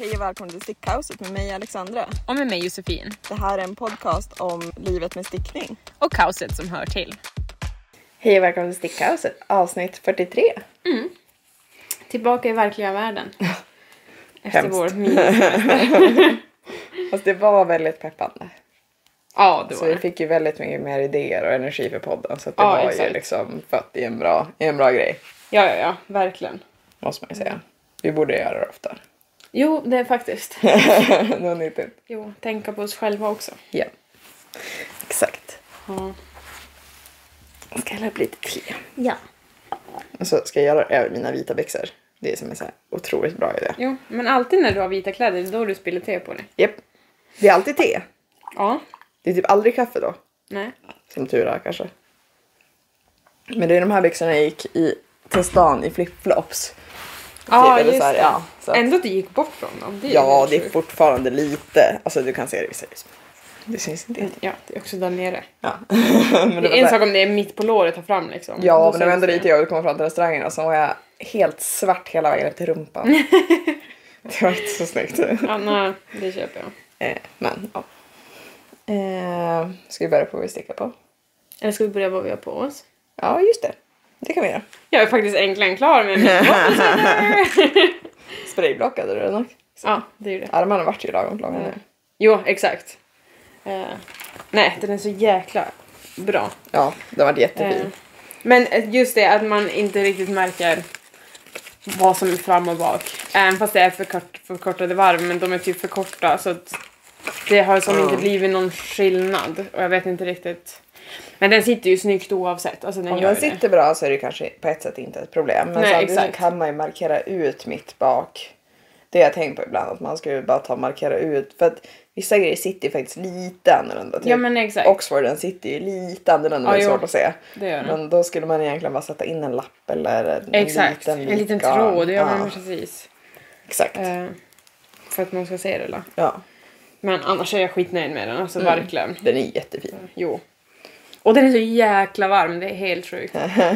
Hej och välkommen till Stickkaoset med mig Alexandra. Och med mig Josefin. Det här är en podcast om livet med stickning. Och kaoset som hör till. Hej och välkommen till Stickkaoset, avsnitt 43. Tillbaka i verkliga världen. Efter Hemskt. vår minisemester. Fast det var väldigt peppande. Ja, det Så var vi det. fick ju väldigt mycket mer idéer och energi för podden. Så att det Ja, var ju exakt. liksom fött i en bra grej. Ja, verkligen. Måste man ju säga. Vi borde göra det ofta. Jo, det är faktiskt. Något nyttigt. Jo, tänka på oss själva också. Ja, exakt. Ja. Jag ska hälla upp lite te. Ja. Och så ska jag göra över mina vita byxor. Det är som en så här otroligt bra idé. Jo, men alltid när du har vita kläder, det är då du spiller te på dig. Japp. Det är alltid te. Ja. Det är typ aldrig kaffe då. Nej. Som tur är kanske. Men det är de här byxorna jag gick till stan i flipflops. Ja, eller just så här, det. ja, så att, Ändå att du gick bort från dem. Det är ja, helt det är sjukt. fortfarande lite. Alltså du kan se det vissa. Det syns inte. Ja, det är också där nere. Ja. Men Det det är en var sak om det är mitt på låret här fram liksom. ja, Då men det var ändå syns lite jag ville komma fram till restaurangen och så var jag helt svart hela vägen upp till rumpan. Det var inte så snyggt. Ja, nej, det köper jag. Men ja. Ska vi börja på vad vi stickar på? Eller ska vi börja vad vi har på oss? Ja, just det. Det kan vi göra. Jag är faktiskt äntligen klar med min Sprayblockade du den nog? Ja, det är ju det. Armarna vart ju lagom långa nu. Jo, exakt. Nej, den är så jäkla bra. Ja, den var jättefin. Men just det att man inte riktigt märker vad som är fram och bak. Även fast det är förkortade varv, men de är typ för korta så att det har som inte blivit någon skillnad. Och jag vet inte riktigt. Men den sitter ju snyggt oavsett. Alltså den Om gör den ju sitter bra så är det kanske på ett sätt inte ett problem. Men Nej, samtidigt så exakt. kan man ju markera ut mitt bak. Det har jag tänkt på ibland. Att man ska ju bara ta och markera ut. För att vissa grejer sitter ju faktiskt lite annorlunda. Ja, men exakt. Oxford den sitter ju lite annorlunda. Ja, Det är jo. svårt att se. Det gör den. Men då skulle man egentligen bara sätta in en lapp. Eller en Exakt. liten En liten lika. tråd. Ja, Ja, men precis. exakt. För att man ska se det då. Ja, Men annars är jag skitnöjd med den. Alltså verkligen. den är jättefin. Jo. Och den är så jäkla varm, det är helt sjukt.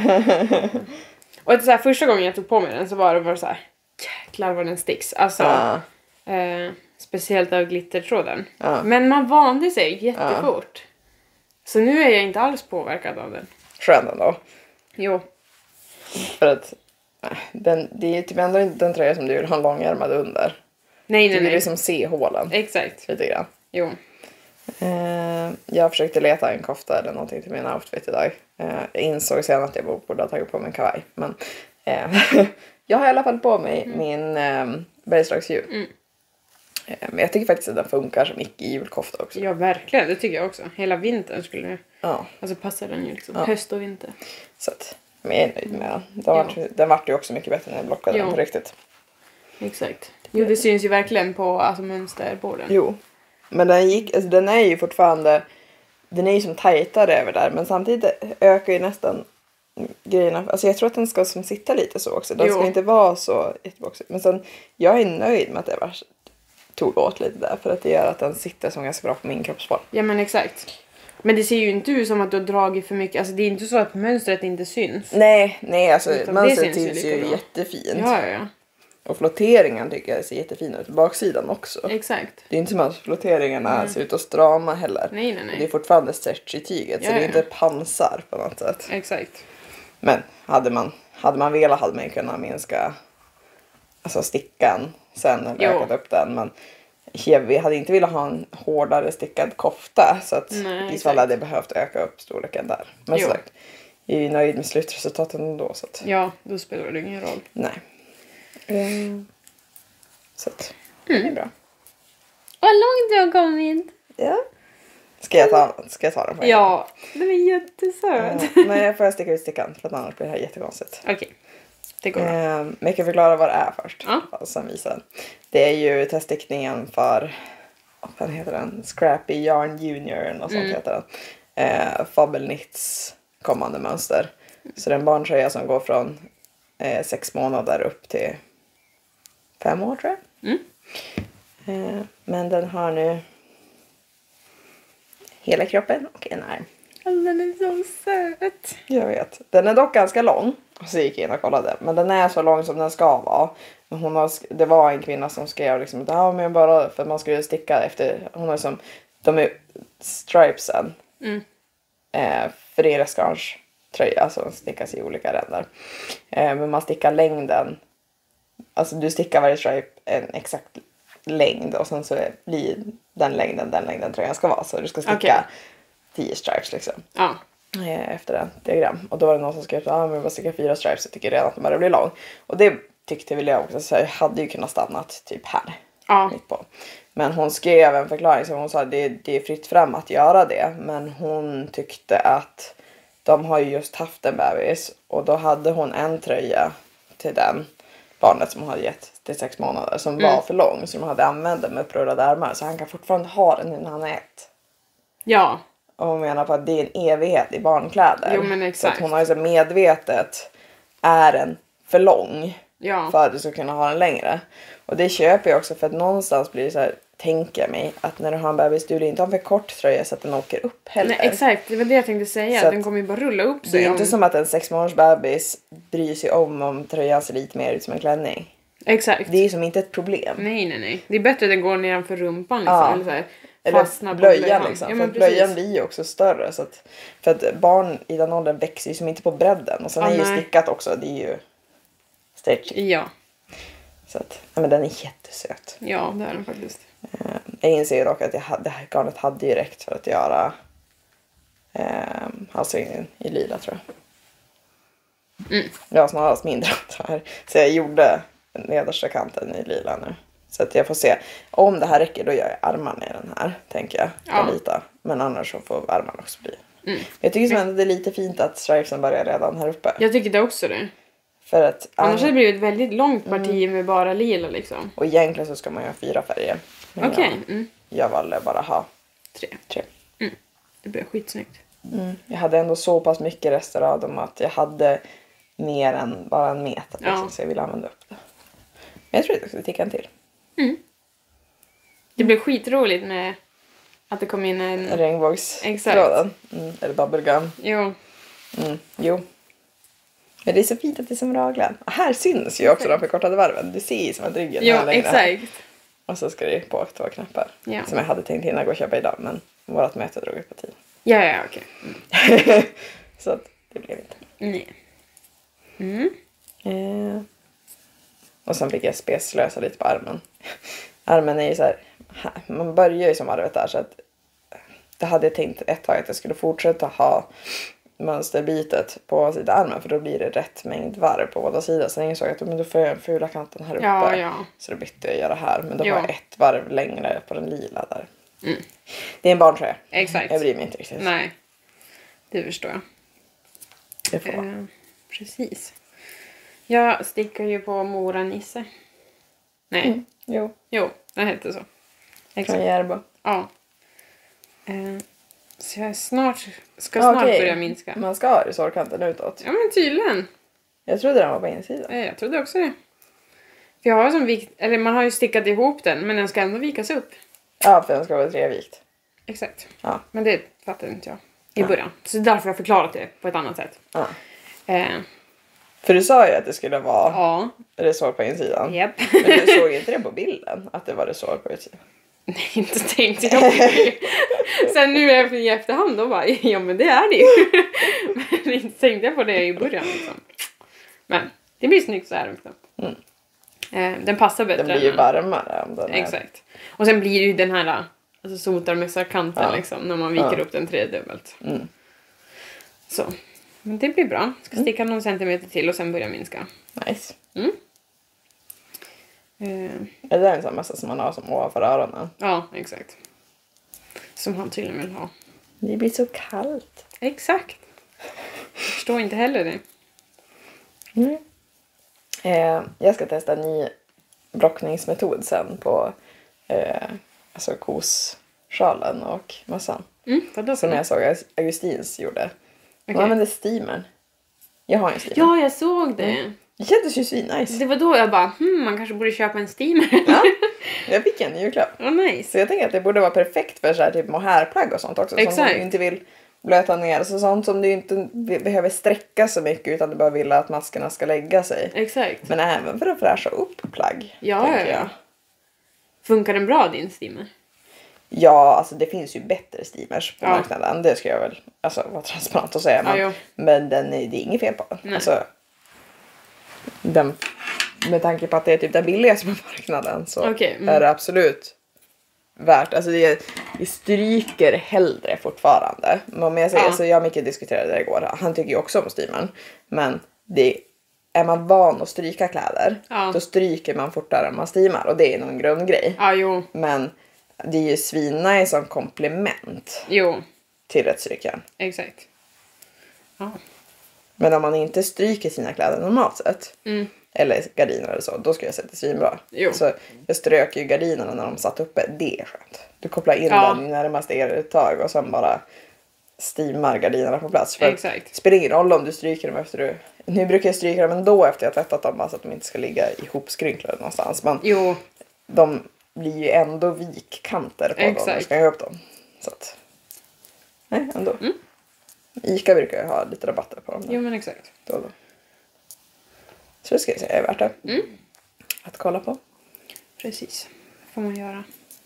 Och så här, första gången jag tog på mig den så var det bara så här, jäklar vad den sticks. Alltså, Ja. speciellt av glittertråden. Ja. Men man vande sig jättefort. Så nu är jag inte alls påverkad av den. Skön ändå. Jo. För att det är typ ändå inte den tröja som du vill ha en långärmad under. Nej, Du nej, vill nej. liksom se hålen Exakt. lite grann. Jo. Jag försökte leta en kofta eller någonting till min outfit idag. Jag insåg sen att jag borde ha tagit på mig en kavaj. Men jag har i alla fall på mig min bergslagsdjur. Men jag tycker faktiskt att den funkar som icke-julkofta också. Ja, verkligen. Det tycker jag också. Hela vintern skulle Ja, alltså passar den ju liksom. Höst och vinter. så att men jag är nöjd med den. Den vart ju också mycket bättre när jag blockade den på riktigt. Exakt. Jo, det syns ju verkligen på alltså, mönsterborden. Jo, men den är ju fortfarande, den är ju som tajtare över där, men samtidigt ökar ju nästan grejerna. Alltså jag tror att den ska som sitta lite så också. Den ska inte vara så jätteboxig. Men sen, jag är nöjd med att det tog åt lite där, för att det gör att den sitter som ganska bra på min kroppsform. Ja, men exakt. Men det ser ju inte ut som att du har dragit för mycket. Alltså det är inte så att mönstret inte syns. Nej, alltså Utan mönstret det syns ju syns lika ju bra. jättefint. Ja. Och flotteringen tycker jag ser jättefin ut. Baksidan också. Exakt. Det är inte som att flotteringarna ser ut att strama heller. Nej. Det är fortfarande stretch i tyget. Så Ja, det är ja. inte pansar på något sätt. Exakt. Men hade man velat hade man kunnat minska alltså stickan sen eller ökat upp den. Men vi hade inte velat ha en hårdare stickad kofta. Så att Nej, i fall hade jag behövt öka upp storleken där. Men som sagt, jag är ju nöjd med slutresultaten ändå. Så att, Ja, då spelar det ingen roll. nej. Så att det är bra. Vad långt du har kommit. Ja. Ska jag ta den på en gång? Ja, den är jättesöt. Nej, får jag sticka ut stickan för att annars blir det här jättekonstigt. Okej. Det går bra. Men jag kan förklara vad det är först. Ja. Och sen visa den. Det är ju teststickningen för, vad heter den? Scrappy Yarn Junior eller något sånt heter den. Fabel Knits kommande mönster. Så det är en barntröja som går från 6 månader upp till 5 år tror jag. Men den har nu hela kroppen och en arm. Alltså, den är så söt. Jag vet. Den är dock ganska lång. Och så gick jag in och kollade. Men den är så lång som den ska vara. Men det var en kvinna som skrev liksom att men bara för att man skulle sticka efter. Hon har som, de är stripesen. För det är Rescrange tröja som stickas i olika ränder. Men man stickar längden. Alltså du stickar varje stripe en exakt längd. Och sen så blir den längden tröjan ska vara. Så du ska sticka 10 stripes liksom. Ja. Efter det diagram. Och då var det någon som skrev att men bara sticka 4 stripes. Så tycker jag redan att det börjar bli lång. Och det tyckte väl jag också. Så jag hade ju kunnat stannat typ här. Ja. Mitt på. Men hon skrev en förklaring som hon sa att det är fritt fram att göra det. Men hon tyckte att de har ju just haft en bebis. Och då hade hon en tröja till den barnet som hon hade gett till 6 månader. Som var för lång. Som hon hade använt den med upprullade ärmar. Så han kan fortfarande ha den när han är 1. Ja. Och hon menar på att det är en evighet i barnkläder. Jo, men exakt. Så att hon har ju så medvetet är den för lång. Ja. För att du ska kunna ha den längre. Och det köper jag också för att någonstans blir det så här, tänker mig att när du har en bebis du vill inte ha en för kort tröja så att den åker upp heller. Nej, exakt, det var det jag tänkte säga. Så den kommer ju bara rulla upp sig. Det är inte som att en 6 månaders bebis bryr sig om tröjan ser lite mer ut som en klänning. Exakt. Det är som inte ett problem. Nej. Det är bättre att den går nedanför rumpan liksom. Ja. Eller så här, eller blöjan liksom. Ja, för blöjan blir ju också större. Så att, för att barn i den åldern växer ju som inte på bredden. Och sen är ju stickat också. Det är ju stretchy. Ja. Så att, ja, men den är jättesöt. Ja, det är den faktiskt. Jag inser ju dock att det här garnet hade ju räckt för att göra halsringen i lila tror jag. Det var snarast mindre här. Så jag gjorde nedersta kanten i lila nu. Så att jag får se. Om det här räcker då gör jag armarna i den här. Tänker jag. Ja. Lite. Men annars så får armarna också bli. Jag tycker som att det är lite fint att stripesen börjar redan här uppe. Jag tycker det också det. För att annars hade det blivit ett väldigt långt parti med bara lila liksom. Och egentligen så ska man ju ha 4 färger. Okej. Jag valde bara ha 3. Det blev skitsnyggt. Jag hade ändå så pass mycket rester av dem att jag hade mer än bara en meter. Liksom, så jag ville använda upp det. Men jag tror att jag skulle ticka en till. Det blev skitroligt med att det kom in en regnbågstråden. Eller bubblegum. Jo. Men det är så fint att det är som raglan. Här syns ju också de förkortade varven. Du ser ju som att ryggen är längre. Exakt. Och så ska det på 2 knappar. Ja. Som jag hade tänkt hinna gå och köpa idag. Men vårat möte drog ut på tiden. Ja, okej. Så att det blev inte. Nej. Och sen fick jag speslösa lite på armen. Armen är ju så här. Man börjar ju som varvet där. Så att det hade jag tänkt ett tag att jag skulle fortsätta ha mönsterbitet på sidoarmen. För då blir det rätt mängd varv på båda sidor. Sen insåg jag att men då får jag den fula kanten här uppe. Ja. Så då bytte jag göra här. Men då har jag 1 varv längre på den lila där. Det är en barntröja. Exakt. Jag bryr mig inte riktigt. Nej. Det förstår jag. Det får vara. Precis. Jag stickar ju på Mora Nisse. Nej. Jo, den heter så. Från Järbo. Ja. Så jag ska snart börja minska. Man ska ha resårkanten utåt. Ja, men tydligen. Jag trodde den var på insidan. Jag trodde också det. För jag har som man har ju stickat ihop den, men den ska ändå vikas upp. Ja, för den ska vara 3-vikt. Exakt. Ja. Men det fattade inte jag i början. Så därför har jag förklarat det på ett annat sätt. Ja. Eh, För du sa ju att det skulle vara resår på insidan. Japp. Men du såg inte det på bilden, att det var resår på utsidan? Nej, inte tänkte jag på det. Sen nu i efterhand då bara, ja men det är det ju. Men inte tänkte jag på det i början liksom. Men det blir snyggt så här. Den passar bättre. Den blir ju varmare om den Exakt. Och sen blir det ju den här sotarmässarkanten liksom, när man viker upp den 3-dubbelt. Så. Men det blir bra. Ska sticka någon centimeter till och sen börja minska. Nice. Är det en sån massa som man har som ovanför öronen? Ja, exakt. Som han tydligen vill ha. Det blir så kallt. Exakt. Jag förstår inte heller det. Jag ska testa en ny brockningsmetod sen på alltså kossjalen och mössan. Som jag såg Augustins gjorde. Hon använde steamern. Jag har en steamer. Ja, jag såg det. Det kändes ju svinnice. Det var då jag bara, man kanske borde köpa en steamer. Ja, jag fick en julklapp. Nice. Så jag tänker att det borde vara perfekt för så här, typ mohairplagg och sånt också. Exakt. Som inte vill blöta ner. Så sånt som du inte behöver sträcka så mycket utan du bara vill att maskerna ska lägga sig. Exakt. Men även för att fräscha upp plagg. Ja. Funkar den bra din steamer? Ja, alltså det finns ju bättre steamers på marknaden. Det ska jag väl vara transparent och säga. Men det är inget fel på den. Alltså, med tanke på att det är typ den billigaste på marknaden så är det absolut värt. Alltså det stryker hellre fortfarande. Men om jag säger, så jag och Micke diskuterade det igår. Han tycker ju också om steamern. Men är man van att stryka kläder då stryker man fortare än man steamar. Och det är nog en grundgrej. Men det är ju svinnice som komplement till ett strykjärn. Exakt. Ja. Men om man inte stryker sina kläder normalt sett eller gardiner eller så, då ska jag säga att det är svinbra. Så jag strök ju gardinerna när de satt uppe. Det är skönt. Du kopplar in den i närmaste eluttag och sen bara steamar gardinerna på plats. För det spelar ingen roll om du stryker dem efter du... Nu brukar jag stryka dem ändå efter jag tvättat dem bara så att de inte ska ligga ihopskrynklade någonstans. Men de blir ju ändå vikkanter på dem när du ska ha upp dem. Så att... Nej, ändå. Ica brukar ju ha lite rabatter på dem. Jo, men exakt. Då. Så det ska jag säga är värt det. Att kolla på. Precis. Får man göra.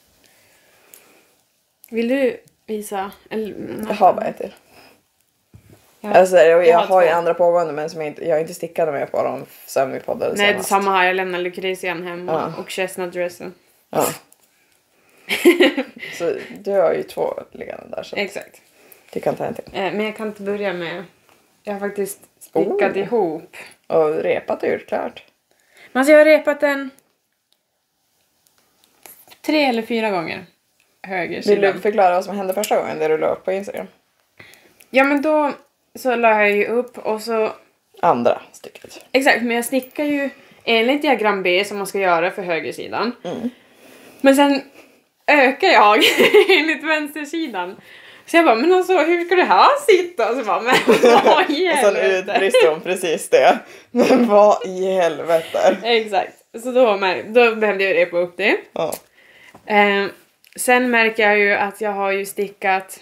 Vill du visa? Jag har bara ett till. Alltså, jag har ju andra pågående men som jag har inte stickade med på dem sen vi poddade senast. Nej, det samma här. Jag lämnar Lucrezian hemma och chestnut-dressen. Ja. Så du har ju 2 liggande där. Så exakt. Du kan ta en till. Men jag kan inte börja med... Jag har faktiskt stickat ihop. Och repat och gjort klart. Men alltså jag har repat den 3 eller 4 gånger. Höger sidan. Vill du förklara vad som hände första gången det du la upp på Instagram? Ja, men då så la jag ju upp och så... Andra stycket. Exakt, men jag stickar ju enligt diagram B som man ska göra för högersidan. Men sen ökar jag enligt vänstersidan. Så jag bara, men alltså hur ska det här sitta? Så bara, men vad i helvete? Och sen utbrister hon precis det. Men vad i helvete? Exakt. Så då behövde jag repa upp det. Ja. Sen märker jag ju att jag har ju stickat...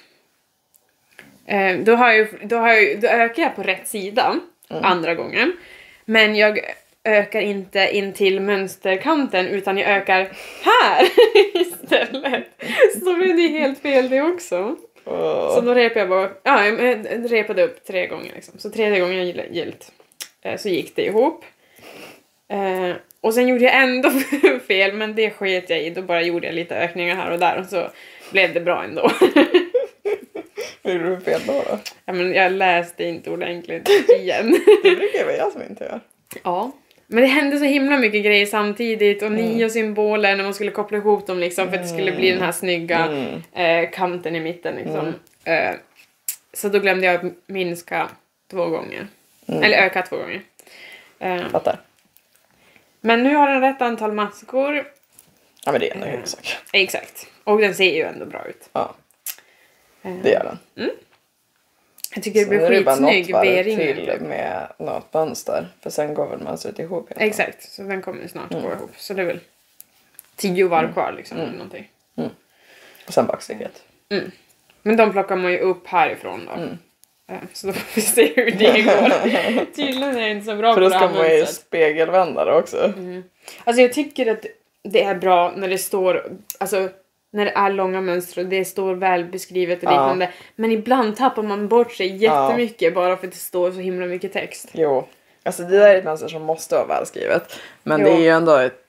Då ökar jag på rätt sida andra gången. Men jag ökar inte in till mönsterkanten utan jag ökar här istället. Så blev det helt fel det också. Så då repade jag bara... Ja, jag repade upp 3 gånger liksom. Så 3:e gången gilt. Så gick det ihop. Och sen gjorde jag ändå fel, men det sket jag i. Då bara gjorde jag lite ökningar här och där och så blev det bra ändå. Hur gjorde du fel då? Ja, men jag läste inte ordentligt igen. Det brukar ju vara jag som inte gör. Ja. Men det hände så himla mycket grejer samtidigt och 9 symboler när man skulle koppla ihop dem liksom för att det skulle bli den här snygga kanten i mitten liksom. Så då glömde jag minska 2 gånger. Eller öka 2 gånger. Fattar. Men nu har den rätt antal maskor. Ja, men det är ändå huvudsak. Exakt. Och den ser ju ändå bra ut. Ja. Det gör den. Jag tycker det blir skitsnygg B-ring till med något mönster. För sen går väl mönstret ihop. Exakt. Så den kommer snart gå ihop. Så det är väl 10 varv kvar liksom. Eller någonting. Och sen backstycket. Men de plockar man ju upp härifrån då. Så då får vi se hur det går. Tydligen är det inte så bra för på det här mönstret. För då ska man ju mönstret. spegelvända det också. Alltså jag tycker att det är bra när det står... Alltså när det är långa mönster och det står väl beskrivet och liknande. Men ibland tappar man bort sig jättemycket bara för att det står så himla mycket text. Jo. Alltså det där är ett mönster som måste vara välskrivet. Men det är ju ändå ett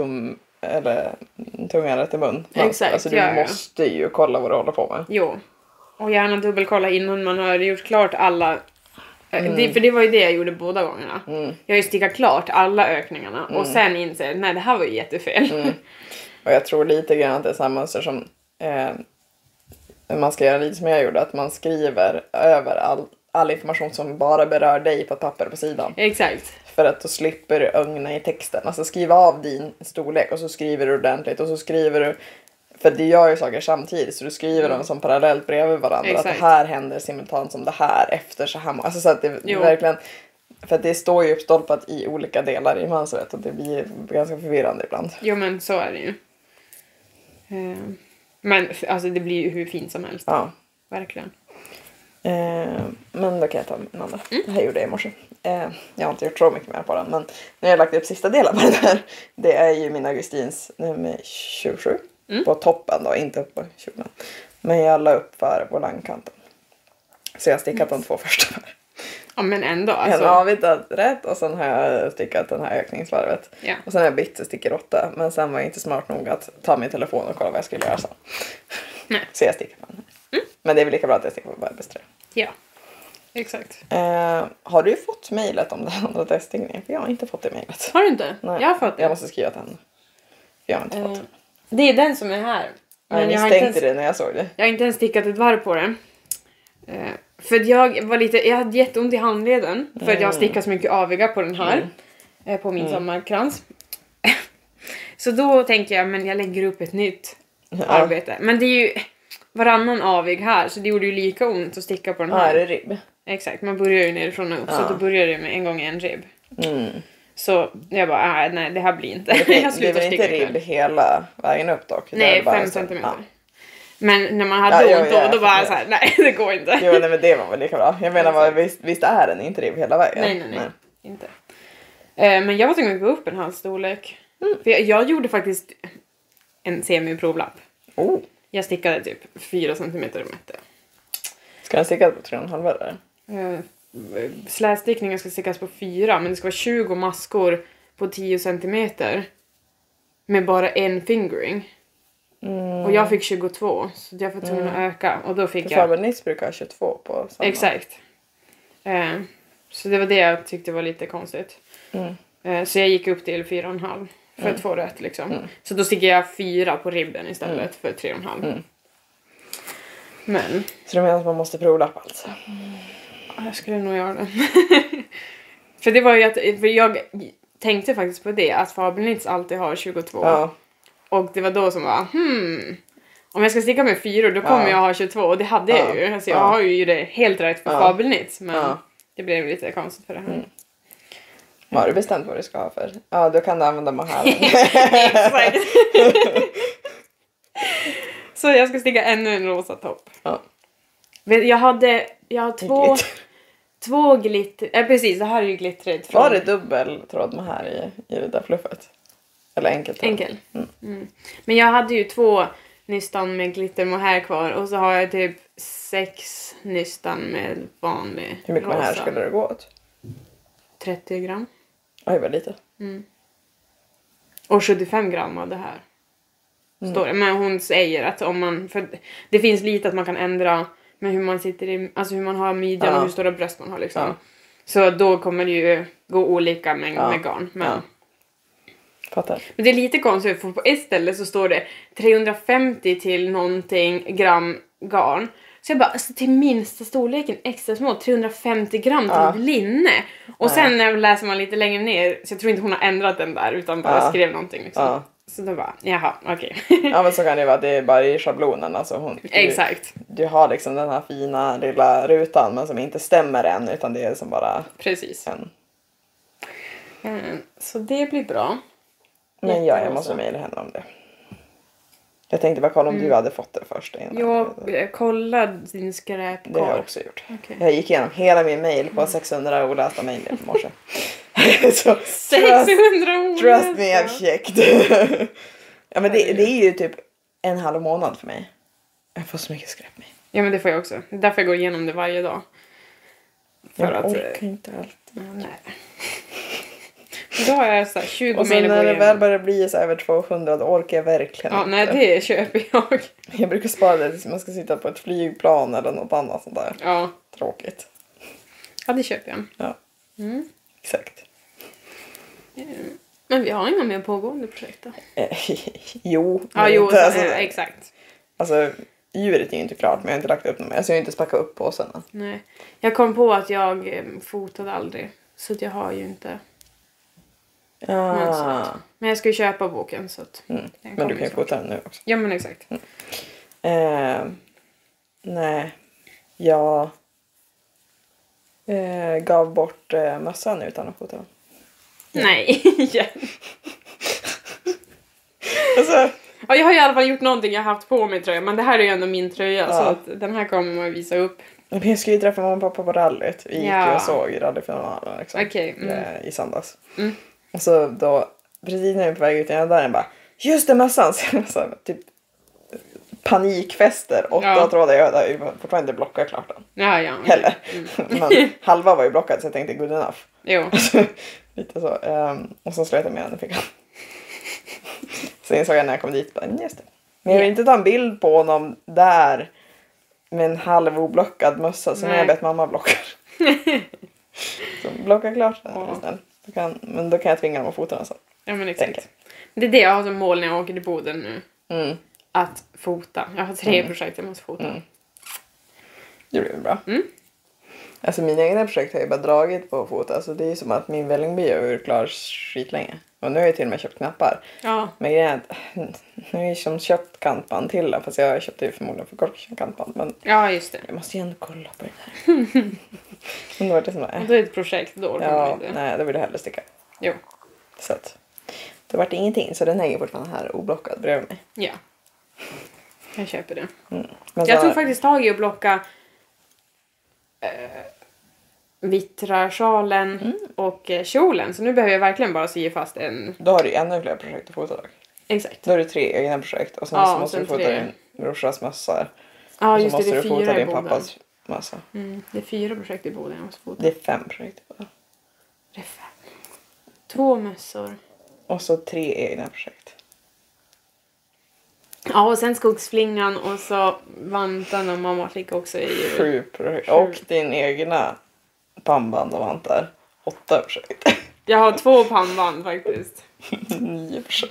tungan rätt i mun. Exakt, alltså du måste ju kolla vad du håller på med. Jo. Och gärna dubbelkolla innan man har gjort klart alla... för det var ju det jag gjorde båda gångerna. Jag har ju stickat klart alla ökningarna. Och sen inser nej det här var ju jättefel. Och jag tror lite grann att det är samma mönster som man ska göra lite som jag gjorde. Att man skriver över all information som bara berör dig på ett papper på sidan. Exakt. För att då slipper du ögna i texten. Alltså skriva av din storlek och så skriver du ordentligt. Och så skriver du... För det gör ju saker samtidigt. Så du skriver dem som parallellt bredvid varandra. Exakt. Att det här händer simultant som det här efter så här. Alltså så att det verkligen... För att det står ju uppstolpat i olika delar i mönstret. Och det blir ganska förvirrande ibland. Jo men så är det ju. Men alltså det blir ju hur fint som helst. Ja. Verkligen. Men då kan jag ta min andra. Det här gjorde jag i morse. Jag har inte gjort så mycket mer på den. Men när jag har lagt upp sista delen på den här. Det är ju min Augustins nummer 27. På toppen då, inte upp på 20. Men jag la upp för volangkanten. Så jag har stickat de 2 första här. Ja, men ändå. Alltså. Jag har avitat rätt och sen har jag stickat den här ökningsvarvet. Ja. Och sen har jag bytt och sticker 8. Men sen var jag inte smart nog att ta min telefon och kolla vad jag skulle göra sen. Nej. Så jag stickar på den här. Men det är väl lika bra att jag stickar på Barbers 3. Ja, exakt. Har du fått mejlet om den andra testningen? För jag har inte fått det mejlet. Har du inte? Nej. Jag har fått det. Jag måste skriva till henne. Jag har inte fått det. Det är den som är här. Men jag misstänkte det när jag såg det. Jag har inte ens stickat ett varv på det. För att jag hade jätteont i handleden. För att jag har stickat så mycket aviga på den här. På min sommarkrans. Så då tänker jag, men jag lägger upp ett nytt arbete. Men det är ju varannan avig här. Så det gjorde ju lika ont att sticka på den här. Ja, det är ribb. Exakt, man börjar ju nerifrån och upp. Så då börjar det med en gång en ribb. Mm. Så jag bara, nej det här blir inte. Det Jag blir slutar inte sticka ribb hela vägen upp dock. Nej, 5 centimeter. Ja. Men när man hade ont då bara så här, nej det går inte. Jo, nej, men det var väl lika bra. Jag menar, visst är den inte ribb hela vägen? Nej. Inte. Men jag var tvungen att gå upp en halv storlek. För jag gjorde faktiskt en semiprovlapp. Oh. Jag stickade typ 4 centimeter och mätte. Ska den stickas på 3,5 eller? Slätstickningen ska stickas på 4, men det ska vara 20 maskor på 10 centimeter. Med bara en fingering. Och jag fick 22, så jag var tvungen att öka. Och då fick jag... Faber Nitz brukar ha 22 på samma. Exakt. Så det var det jag tyckte var lite konstigt. Så jag gick upp till 4,5 för att få rätt liksom. Så då stickade jag 4 på ribben istället för 3,5. Men... Så det menar att man måste provlappa alltså? Jag skulle nog göra det. För det var ju att... För jag tänkte faktiskt på det, att Faber Nitz alltid har 22. Ja. Och det var då som var, om jag ska sticka med 4 då kommer jag ha 22. Och det hade jag ju. Alltså jag har ju det helt rätt för Faber Nitz. Men det blev lite konstigt för det här. Har du bestämt vad du ska ha för? Ja, då kan du använda mig här. Exakt. Så jag ska sticka ännu en rosa topp. Ja. Jag har två glitter. Precis, det här är ju glittret. Var det dubbel tråd med här i det där fluffet? Eller enkelt? Enkel. Men jag hade ju 2 nystan med glittermohair kvar. Och så har jag typ 6 nystan med vanlig Hur mycket rosa. mohair skulle det gå åt? 30 gram. Oj, vad lite. Och 75 gram av det här. Står det. Men hon säger att om man... För det finns lite att man kan ändra med hur man sitter i... Alltså hur man har midjan och hur stora bröst man har liksom. Ja. Så då kommer det ju gå olika med garn. Men... Fattar. Men det är lite konstigt för på ett ställe så står det 350 till någonting gram garn. Så jag bara, alltså till minsta storleken extra små, 350 gram till linne. Och sen när läser man lite längre ner, så jag tror inte hon har ändrat den där utan bara skrev någonting liksom. Så då bara, jaha, okej. Ja, men så kan det vara, det är bara i schablonen. Alltså exakt. Du har liksom den här fina lilla rutan men som inte stämmer än utan det är som bara... Precis. Så det blir bra. Men jag måste mejla henne om det. Jag tänkte bara kolla om du hade fått det först. Jag kollade din skräpkorg. Det har jag också gjort. Okay. Jag gick igenom hela min mejl på 600 olästa mejl i morse. Så, 600 olästa? Trust me, I've checked. Ja, men det är ju typ en halv månad för mig. Jag får så mycket skräp med. Ja, men det får jag också. Därför jag går igenom det varje dag. För jag orkar inte allt. Nej. Då har jag så här 20 mejl. Och sen när det väl börjar bli så över 200 då orkar jag verkligen inte. Nej, det köper jag. Jag brukar spara det tills man ska sitta på ett flygplan eller något annat sånt där. Ja. Tråkigt. Ja, det köper jag. Ja. Exakt. Men vi har inga mer pågående projekt då? Jo. Ja, jo, alltså, exakt. Alltså, djuret är ju inte klart men jag har inte lagt upp något mer. Så jag har inte spackat upp påsen. Nej. Jag kom på att jag fotade aldrig. Så att jag har ju inte... Men jag ska ju köpa boken så att men du kan ju fota den nu också. Ja, men exakt. Nej. Jag gav bort mössan utan att fota den. Nej, igen. Alltså. Ja, jag har i alla fall gjort någonting jag har haft på mig tröja. Men det här är ju ändå min tröja så att den här kommer man visa upp. Jag skulle ju träffa mamma och pappa på rallyt. Vi gick ju och såg rallyfinalen liksom, i söndags. Och så då, precis när jag är på väg ut genom dörren bara, just det, mössan! Så typ panikfester, 8 trådar, jag hade ju fortfarande inte blockat klart den. Heller. Men halva var ju blockad så jag tänkte good enough. Jo. Lite så. Och så slöt jag med den och fick han. Så insåg jag när jag kom dit, bara, just det. Men jag vill inte ta en bild på honom där med en halv oblockad mössa som jag bett mamma blocka. Så blocka klart den. Men då kan jag tvinga dem att fota den sen. Ja, men exakt. Det är det jag har som mål när jag åker till Boden nu. Att fota. Jag har 3 projekt jag måste fota. Det blir bra. Alltså mina egna projekt har jag bara dragit på fota. Alltså det är som att min Vällingby är klar skitlänge. Och nu har jag till och med köpt knappar. Ja. Men grejen är att nu har jag som köpt kantband till den. Fast jag köpte ju förmodligen för kort kantband. Men ja, just det. Jag måste ju ändå kolla på det där. Men då var det som och det är ett projekt då. Ja, nej, då vill jag hellre sticka. Jo. Så att det vart ingenting. Så den hänger fortfarande här oblockad bredvid mig. Ja. Jag köper det. Men jag tog faktiskt tag i att blocka vittrasjalen och kjolen. Så nu behöver jag verkligen bara sy fast en. Då har du ännu fler projekt att fota dock. Exakt. Då har du 3 egna projekt. Och sen så måste du fota din brorsas mössa. Ja, just det. Och så måste du fota din pappas mössa. Det är 4 projekt i Boden jag måste fota. Det är 5 projekt i Boden. Det är 5. 2 mössor. Och så 3 egna projekt. Ja, och sen skogsflingan och så vantarna och mamma fick också i 7 projekt. Och din egna pannband och vantar 8 projekt. Jag har 2 pannband faktiskt. 9 projekt.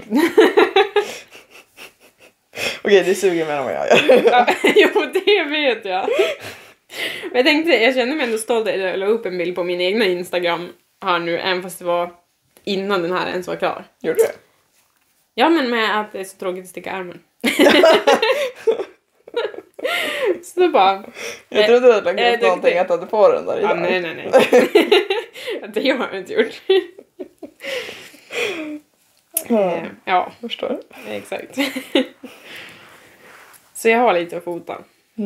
Okej, det suger mer än vad jag gör. Jo, det vet jag. Men jag kände mig ändå stolt att jag la upp en bild på min egna Instagram här nu, även fast det var innan den här ens var klar. Gjorde du? Ja, men med att det är så tråkigt att sticka ärmen. Så det bara. Jag trodde att du hade lagt ut någonting att du hade på den där idag. Nej. Det har jag inte gjort. Ja. Förstår du? Exakt. Så jag har lite att fota.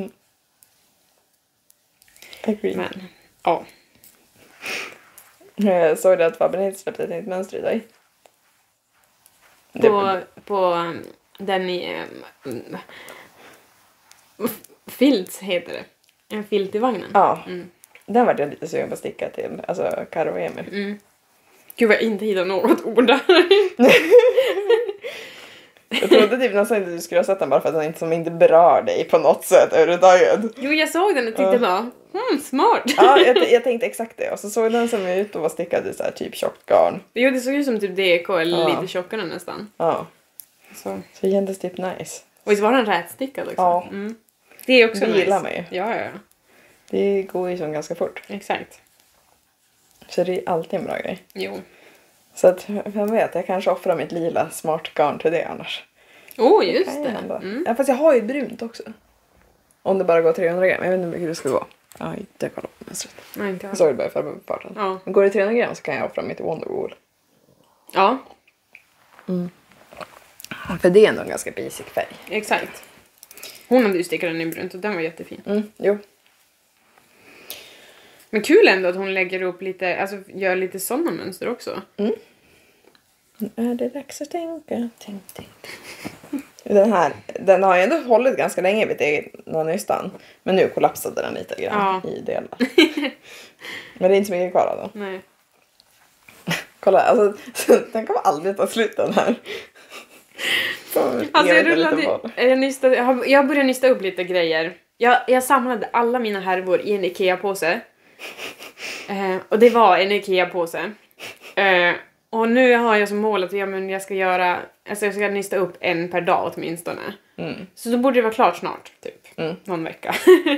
Agree. Men, ja. Såg du att Fabben släppte ett nytt mönster idag? På den i filt heter det. En filt i vagnen. Ja. Den var jag lite sugen på att sticka till. Alltså Karo och Emil. Gud, jag inte hittat något ord där. Jag trodde typ nästan inte du skulle ha sett den bara för att den inte berör dig på något sätt överhuvudtaget. Jo, jag såg den och tyckte bara, smart. Ja, jag tänkte exakt det. Och så såg den som ut och var stickad i så här typ tjockt garn. Jo, det såg ut som typ DK eller lite tjockare nästan. Ja. Så det kändes typ nice. Och så var den rätstickad också. Ja. Det är också det nice. gillar man ju. Ja. Det går ju som ganska fort. Exakt. Så det är alltid en bra grej. Jo. Så att, vem vet, jag kanske offrar mitt lila smart garn till det annars. Just det. Ja, fast jag har ju brunt också. Om det bara går 300 gram. Jag vet inte hur det ska gå. Ja, inte kolla på mönstret. Nej, inte. Jag såg det bara i förbifarten. Ja. Men går det 300 gram så kan jag offra mitt Wonderwool. Ja. För det är ändå en ganska basic färg. Exakt. Hon hade ju stickat den i brunt och den var jättefin. Jo. Men kul ändå att hon lägger upp lite, alltså gör lite sådana mönster också. Är det dags att tänka? Tänk. Den har ju ändå hållit ganska länge vid egna nystan. Men nu kollapsade den lite grann i delar. Men det är inte så mycket kvar av den. Nej. Kolla, alltså den kommer aldrig ta slut den här. Alltså jag började nysta upp lite grejer. Jag samlade alla mina härvor i en Ikea-påse. Och det var en Ikea-påse. Och nu har jag som mål att jag ska nysta upp en per dag åtminstone. Så då borde det vara klart snart, typ. Någon vecka.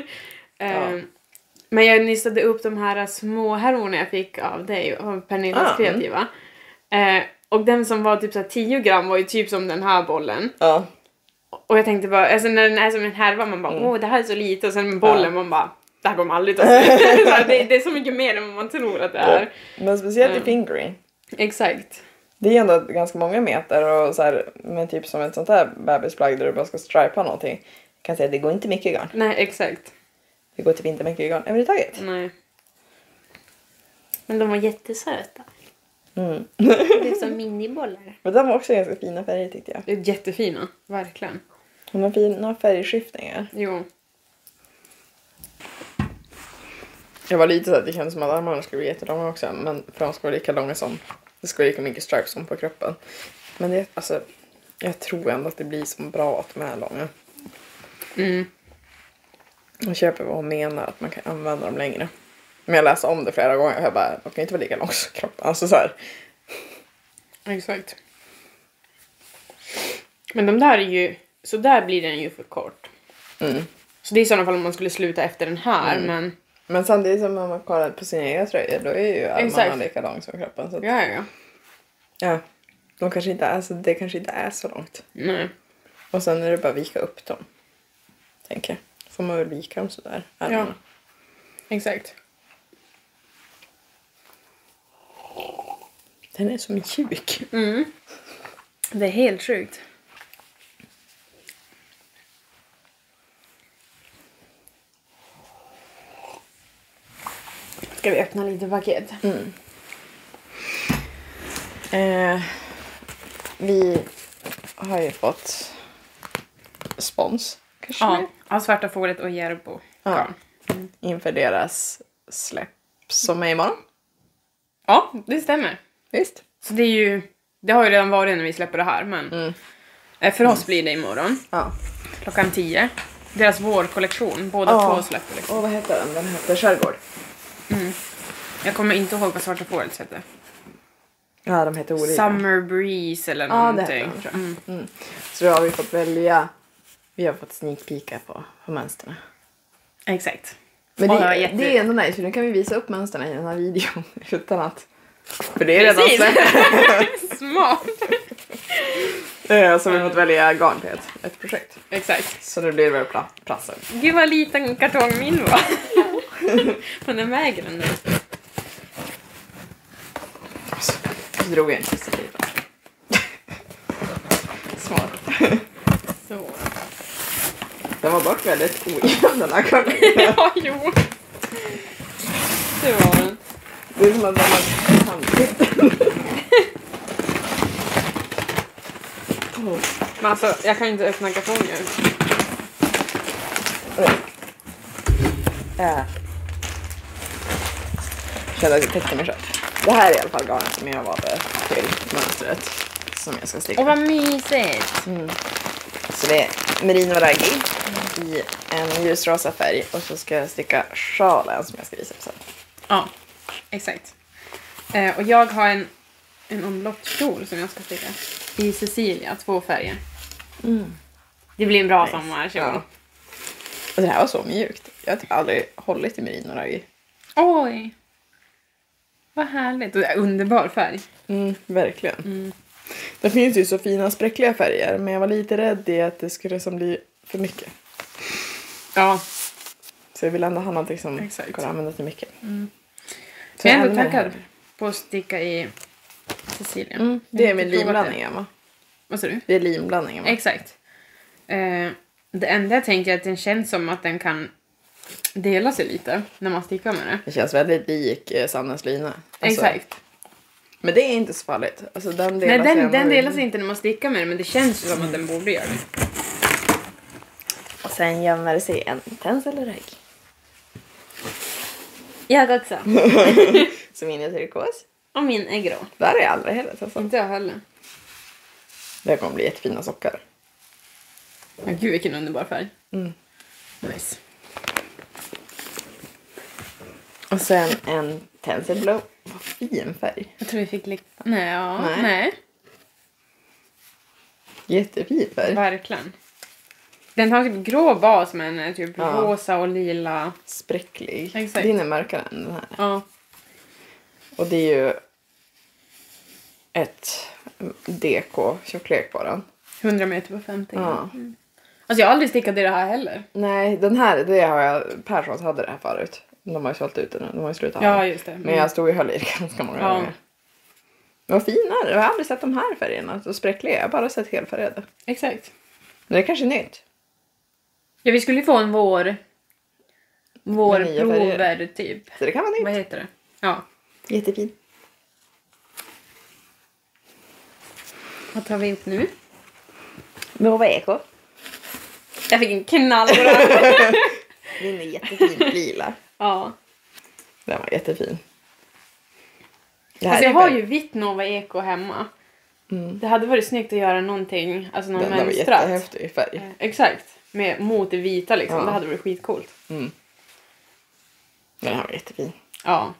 Men jag nystade upp de här små härvorna jag fick av dig, av Pernillas kreativa. Och den som var typ så 10 gram var ju typ som den här bollen. Ja. Och jag tänkte bara, alltså när den är som en härva, man bara, det här är så lite. Och sen med bollen, man bara, det här kommer aldrig ta slut. Det är så mycket mer än vad man tror att det är. Men speciellt i fingering. Exakt. Det är ändå ganska många meter och så här, men typ som ett sånt här bebisplagg där du bara ska stripa någonting. Jag kan säga att det går inte mycket garn. Nej, exakt. det går typ inte mycket i garn överhuvudtaget. Nej. Men de var jättesöta. Mm. Det är som minibollar. Men de var också ganska fina färger tyckte jag. Det är jättefina, verkligen. De har fina färgskiftningar. Jo. Jag var lite så att det kändes som att armarna skulle bli jättelånga också. Men för de ska vara lika långa som... Det ska vara lika mycket stripes som på kroppen. Men det, alltså... Jag tror ändå att det blir så bra att de är långa. Mm. Jag köper vad hon menar, att man kan använda dem längre. Men jag läste om det flera gånger och jag bara... De kan inte vara lika långa som kroppen. Alltså så här. Exakt. Men de där är ju... Så där blir den ju för kort. Mm. Så det är i sådana fall om man skulle sluta efter den här, men... Men samtidigt som om man kollar på sina egna tröjor, då är ju armarna Exakt. lika lång som kroppen. Så att, Ja. ja. De kanske inte är, så det kanske inte är så långt. Nej. Och sen är det bara att vika upp dem. Tänker jag. Får man väl vika dem sådär. Armarna. Exakt. Den är så mjuk. Mm. Det är helt sjukt. Ska vi öppna lite paket? Mm. Vi har ju fått spons. Kanske Ja, av Svarta Fåret och Järbo. Ja. Inför deras släpp som är imorgon. Ja, det stämmer. Visst. Så det är ju... Det har ju redan varit när vi släpper det här, men... För oss blir det imorgon. Ja. Klockan 10. Deras vårkollektion. Båda två släpper liksom. Och vad heter den? Den heter Skärgård. Jag kommer inte ihåg vad Svarta Fåret heter. Ja, de heter olika. Summer Breeze eller Ja, det någonting. heter de, tror jag. Så då har vi fått välja. Vi har fått sneak peeka på mönstren. Exakt. Men Och det är ändå nice, för nu kan vi visa upp mönstren i den här videon utan att... För det är redan Precis. Smart. så vi har fått välja garn till ett projekt. Exakt. Så det blir väl platsen. Gud vad liten kartong min var. Men den väger den nu. Alltså, så drog jag en sista tid. Smart. Så. Den var dock väldigt ojämn den här kartongen. Ja, jo. Det var den. Det är som att de har handskrift. Men alltså, jag kan inte öppna kartongen. Kände att jag täckte mig själv. Det här är i alla fall garnet som jag valde till mönstret som jag ska sticka. Åh, vad mysigt. Så det är merino raggi i en ljusrosa färg och så ska jag sticka sjalen som jag ska visa sen. Ja, exakt. Och jag har en omloppskjol som jag ska sticka. I Cecilia, 2 färger. Det blir en bra sommarkjol. Ja. Och det här var så mjukt. Jag har typ aldrig hållit i merino raggi. Oj. Vad härligt. Och det är underbar färg. Verkligen. Det finns ju så fina spräckliga färger, men jag var lite rädd i att det skulle som bli för mycket. Ja. Så jag vill ändå ha någonting som Exakt. kan användas till mycket. Så Jag är ändå ännu mer taggad här. på att sticka i Cecilia. Det är med Jag har inte provat limblandningen, va? Vad sa du? Det är limblandningen, va? Exakt. Det enda jag tänkte är att den känns som att den kan dela sig lite när man stickar med det. Det känns väldigt lik Sannes lina. Alltså, Exakt. men det är inte så farligt. Alltså, den Nej, delar sig den ändå delar sig inte när man stickar med det, men det känns ju som att den borde göra det. Och sen gömmer det sig en tenselragg. Jag också. Så min är turkos. Och min är grå. Där är jag aldrig heller. Alltså. Inte jag heller. Det kommer bli jättefina sockar. Men gud vilken underbar färg. Nice. Och sen en tencel blå. Vad fin färg. Jag tror vi fick lippa. Nej, ja. Nej. Nej. Jättefin färg. Verkligen. Den har typ grå bas men typ Ja. rosa och lila. Spräcklig. Exakt. Din är mörkare än den här. Ja. Och det är ju ett DK-tjocklek på den. 100 meter på 50. Ja. Alltså jag har aldrig stickat i det här heller. Nej, den här, det har jag... Perssons hade det här förut. De har ju sålt ut den nu. De har ju slutat. Ja, just det. Men jag stod ju och höll i det ganska många Ja. gånger. Men vad fina. Jag har aldrig sett de här färgerna. Så spräckliga. Jag har bara sett helfärgade. Exakt. Men det är kanske nytt. Ja, vi skulle ju få en vår Vårprover typ. Så det kan vara nytt. Vad heter det? Ja. Jättefin. Vad tar vi upp nu? Nova Eco. Jag fick en knall på det. Min är jättefin lila. Ja. Den var jättefin. Alltså jag har ju vitt Nova Eco hemma. Det hade varit snyggt att göra någonting, alltså någon den var mönstrat. jättehäftig färg. Exakt. Mot det vita liksom. Ja. Det hade varit skitcoolt. Den här var jättefin. Ja.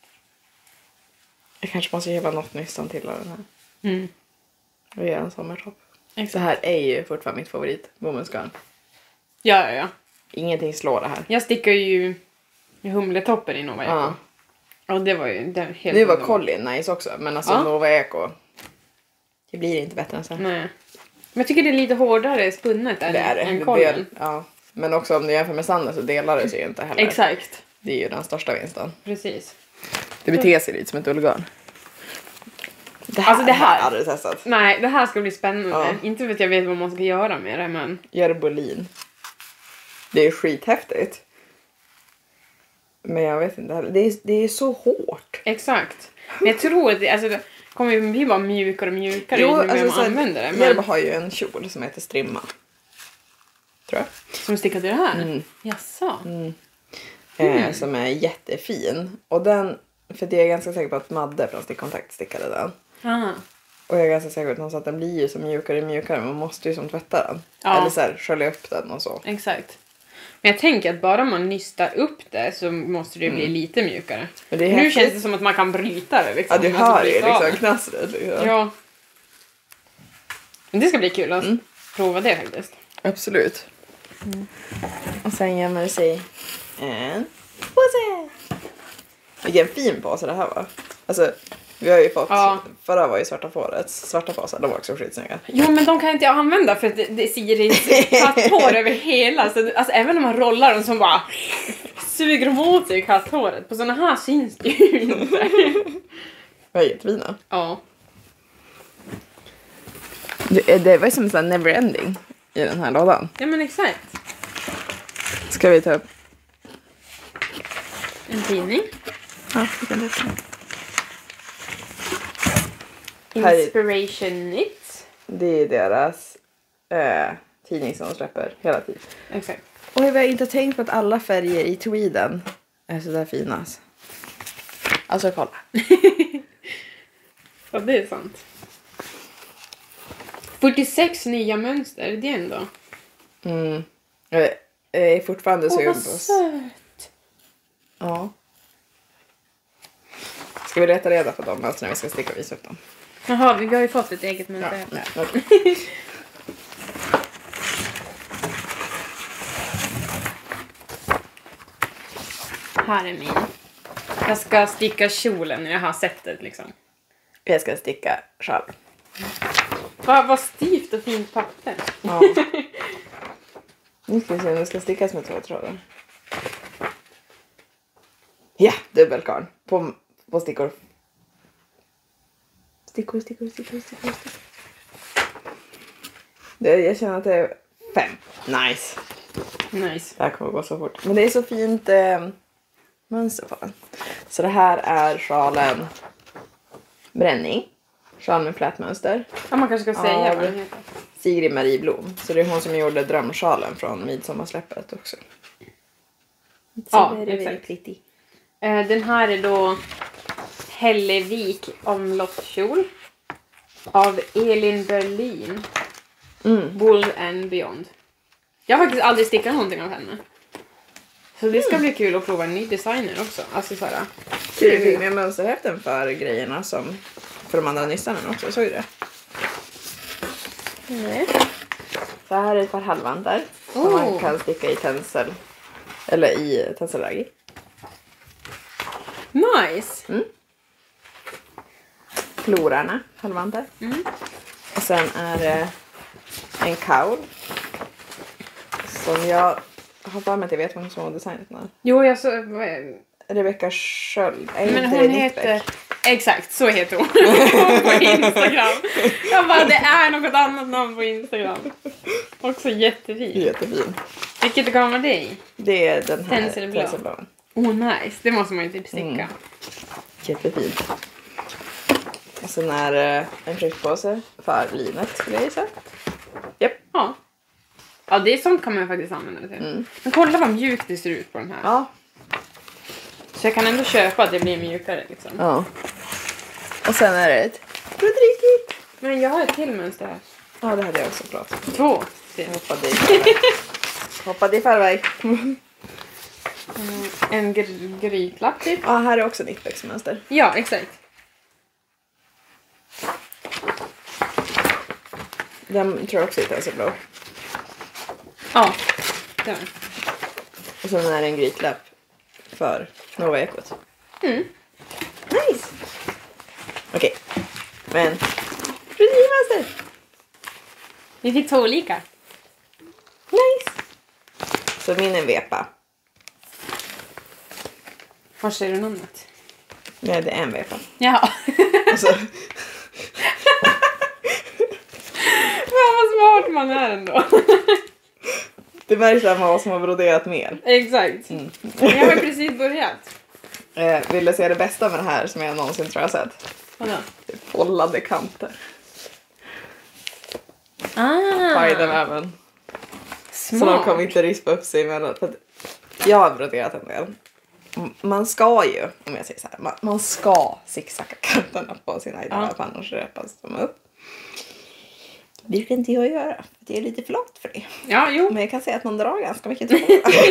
Jag kanske måste hitta något nystan till av den här. Och göra en sommartopp. Exakt. Det här är ju fortfarande mitt favorit bomullsgarn. Ja. Ingenting slår det här. Jag stickar ju humletoppen i Nova Eco. Ja. Och det var ju helt Nu var underbart. Colin nice också. Men alltså Ja. Nova Eco. Det blir inte bättre än så här. Nej. Men jag tycker det är lite hårdare spunnet Det är det. än Det Colin. del, ja. Men också om du jämför med Sandra så delar det sig ju inte heller. Exakt. Det är ju den största vinsten. Precis. Det beter sig lite som ett ullgarn. Det här, Alltså det här- har jag aldrig testat. Nej, det här ska bli spännande. Ja. Inte för att jag vet vad man ska göra med det, men... Järbolin. Det är skithäftigt. Men jag vet inte heller. Det är så hårt. Exakt. Men jag tror att det kommer ju bli bara mjukare och mjukare ju mer man använder det. Järbo Men har ju en kjol som heter Strimma. Tror jag. som stickar till det här? Jaså? Som är jättefin. Och den, för det är jag ganska säker på att Madde från Stickkontakt stickade den. Aha. Och jag är ganska säker på att den blir ju så mjukare och mjukare. Man måste ju som tvätta den. Ja. Eller så här, skölja upp den och så. Exakt. Men jag tänker att bara man nystar upp det så måste det bli lite mjukare. Men det är Nu häftigt. känns det som att man kan bryta det liksom. Ja, du Alltså, hör ju bryta av liksom det. knastret. Liksom. Ja. Men det ska bli kul att prova det faktiskt. Absolut. Och sen gömmer det sig en påse. Vilken fin påse det här var. Alltså, vi har ju fått... Ja. Förra var ju svarta påsar. De var också skitsnygga. Jo, men de kan inte jag använda för att det ser katthår över hela. Så, alltså, även om man rollar dem så bara suger de åt sig katthåret. På såna här syns det ju inte. De var jättefina. Ja. Det var ju som en sån här never ending i den här lådan. Ja, men exakt. Ska vi ta upp? En tidning. Ja, vi kan ta upp den. Här är- Inspiration Knit. Det är deras tidning som de släpper hela tiden. Exakt. Och jag har inte tänkt på att alla färger i tweeden är så där fina. Alltså kolla. Ja, det är sant. 46 nya mönster, det är ändå. Jag är fortfarande Åh, sugen vad på... söt. Ja. Ska vi leta reda på de mönstren vi ska sticka och visa upp dem? Jaha, vi har ju fått ett eget mönster. Ja, okej. Här är min. Jag ska sticka kjolen i det här sättet liksom. Jag ska sticka själv. Vad stivt och fint papper. Ja. Nu ska vi se om det ska stickas med 2 trådar. Ja, dubbelgarn. På stickor. Stickor. Jag känner att det är 5. Nice. Nice. Det här kommer gå så fort. Men det är så fint mönster på den. Så det här är sjalen bränning. Sjal med flätmönster. Ja, man kanske ska säga Ja, vad den heter. Sigrid Marie Blom. Så det är hon som gjorde drömsjalen från midsommarsläppet också. Ja, Very, very exakt. pretty. Den här är då Hellevik omloppskjol av Elin Berlin. Bull and Beyond. Jag har faktiskt aldrig stickat någonting av henne. Så det ska bli kul att prova en ny designer också. Alltså såhär. Du fick med mönsterhäften för grejerna som för de andra nystarna också. Såg du det? Nej. Så här är ett par halvvantar som man kan sticka i tencel. Eller i tenselraggi. Nice. Florarna halvvantar. Och sen är det en kaul. Som jag har för mig att jag vet vem som har designat den här. Jo, jag så... Rebecca Sköld. Är Men inte hon det heter... Nittbäck? Exakt, så heter hon. På Instagram. Jag bara, det är något annat namn på Instagram. Också jättefin. Jättefin. Vilket gav man det i? Det är den här Tenselblå. tenselblån. Nice. Det måste man ju typ sticka. Jättefint. Och sen är det en tryckpåse för linet skulle jag gissa. Japp. Ja. Ja, det är sånt kan man ju faktiskt använda det till. Men kolla vad mjukt det ser ut på den här. Ja. Så jag kan ändå köpa att det blir mjukare liksom. Ja. Och sen är det ett broderikit. Men jag har ett till mönster här. Ja, det hade jag också pratat. 2. Jag hoppade i förväg. En grytlapp typ. Ja, här är också nittbäcksmönster. Ja, exakt. Den tror jag också är tenselblå. Ja, det var. Och sen är det en grytlapp för Nova Ekot. Nice! Okej. Men broderimönster. Vi fick 2 olika. Nice! Så min är en vepa. Var ser du namnet? Nej, det är en vepa. Jaha. Alltså, Fan vad smart man är ändå. det märks att man vad som har broderat mer. Exakt. Jag har precis börjat. Vill du se det bästa med det här som jag någonsin tror jag har sett? Vadå? Det är foldade kanter. Ah. By the väven. Så de Smart. kommer inte rispa upp sig emellan. För att jag har broderat en del. Man ska ju, om jag säger så här, man ska zigzacka kanterna på sina ideala pannor så repas de upp. Det brukar inte jag göra, för det är lite för långt för det. Ja, jo. Men jag kan säga att man drar ganska mycket tråd.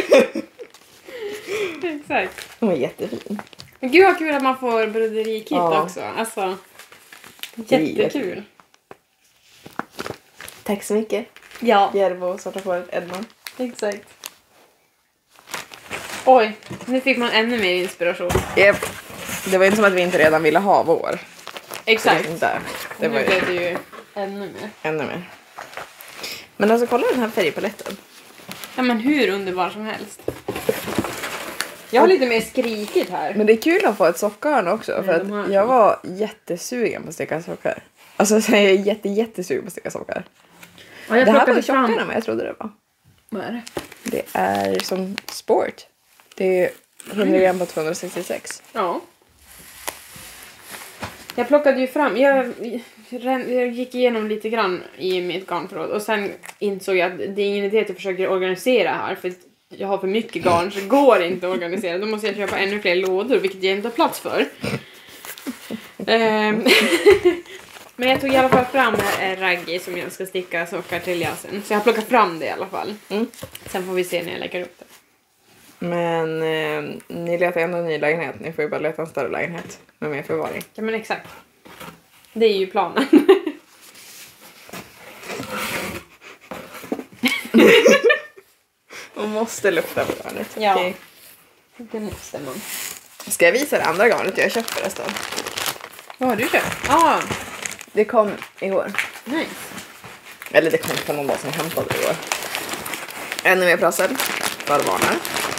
Exakt. De är jättefin. Men gud vad kul att man får broderikit Ja. också. Alltså, är jättekul. Tack så mycket. Ja, Järbo, Svarta fåret, Edmund. exakt. Oj, nu fick man ännu mer inspiration. Yep. Det var inte som att vi inte redan ville ha vår. Exakt. Där. Det var Nu ju blev det ju ännu mer. ännu mer. Men alltså kolla den här färgpaletten. Ja, men hur underbar som helst. Jag har lite mer skrikigt här. Men det är kul att få ett sockarn också. För de här- att jag var jättesugen på att sticka sockar. Alltså jag är jättesugen på att sticka sockar. Och jag Det här var plockade tjockare fram... än vad jag trodde det var. Vad är det? Det är som sport. Det är 100 gram på 266. Ja. Jag plockade ju fram... Jag gick igenom lite grann i mitt garnförråd. Och sen insåg jag att det är ingen idé att jag försöker organisera här. För jag har för mycket garn så det går inte att organisera. Då måste jag köpa ännu fler lådor, vilket jag inte har plats för. Men jag tog i alla fall fram raggi som jag ska sticka sockar till Jasen. Så jag har plockat fram det i alla fall. Sen får vi se när jag lägger upp det. Men ni letar ändå en ny lägenhet. Ni får ju bara leta en större lägenhet med mer förvaring. Ja, men exakt. Det är ju planen. Man måste lukta på garnet. Ja. Okej. Det måste man. Ska jag visa det andra garnet jag köpt förresten? Vad har du köpt? Ja, Det kom igår. nice. Eller det kom på någon dag som jag hämtade det igår. Ännu mer prassel. Barbarnar.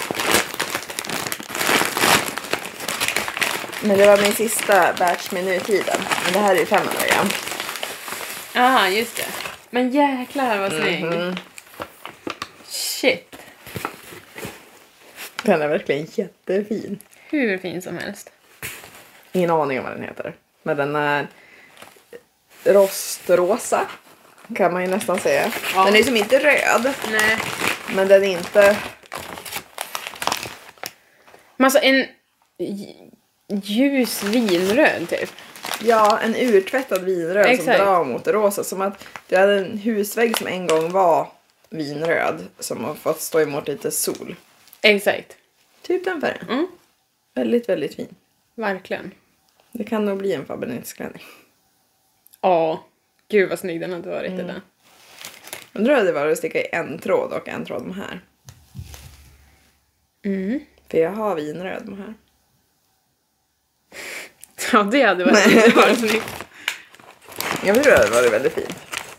Men det var min sista batch med nutiden. Men det här är 500 gram. Ah, just det. Men jäklar vad snygg. Shit. Den är verkligen jättefin. Hur fin som helst. Ingen aning om vad den heter. Men den är rostrosa. Kan man ju nästan säga. Ja. Den är som inte röd. Nej. Men den är inte... Men alltså en ljus vinröd typ. Ja, en urtvättad vinröd Exakt. som drar mot det rosa. Som att du hade en husvägg som en gång var vinröd. Som har fått stå emot lite sol. Exakt. Typ den färgen. Mm. Väldigt, väldigt fin. Verkligen. Det kan nog bli en Fabernettsklänning. Ja. Gud vad snygg den hade varit det där. Undrar hur det var att sticka i en tråd och en tråd med här. För jag har vinröd med här. Ja, det hade varit snyggt. Jag tror det var väldigt fint.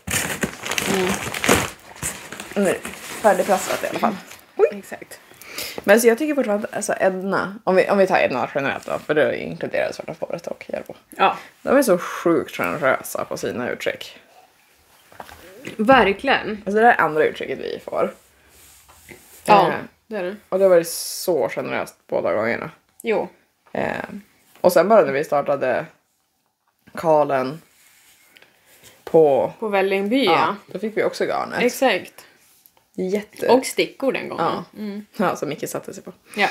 Nu är det färdigprasslat i alla fall. Exakt. Men så jag tycker fortfarande alltså Edna, om vi tar Edna generellt då, för det inkluderar Svarta fåret och Järbo. Ja. De är så sjukt generösa på sina uttryck. Verkligen. Alltså det här är andra uttrycket vi får. Ja, det är det. Och det var så generöst båda gångerna. Jo. Och sen bara när vi startade Kalen på På Vällingby, ja. då fick vi också garnet. Exakt. Och stickor den gången. Ja. Ja, som Micke satte sig på. Ja.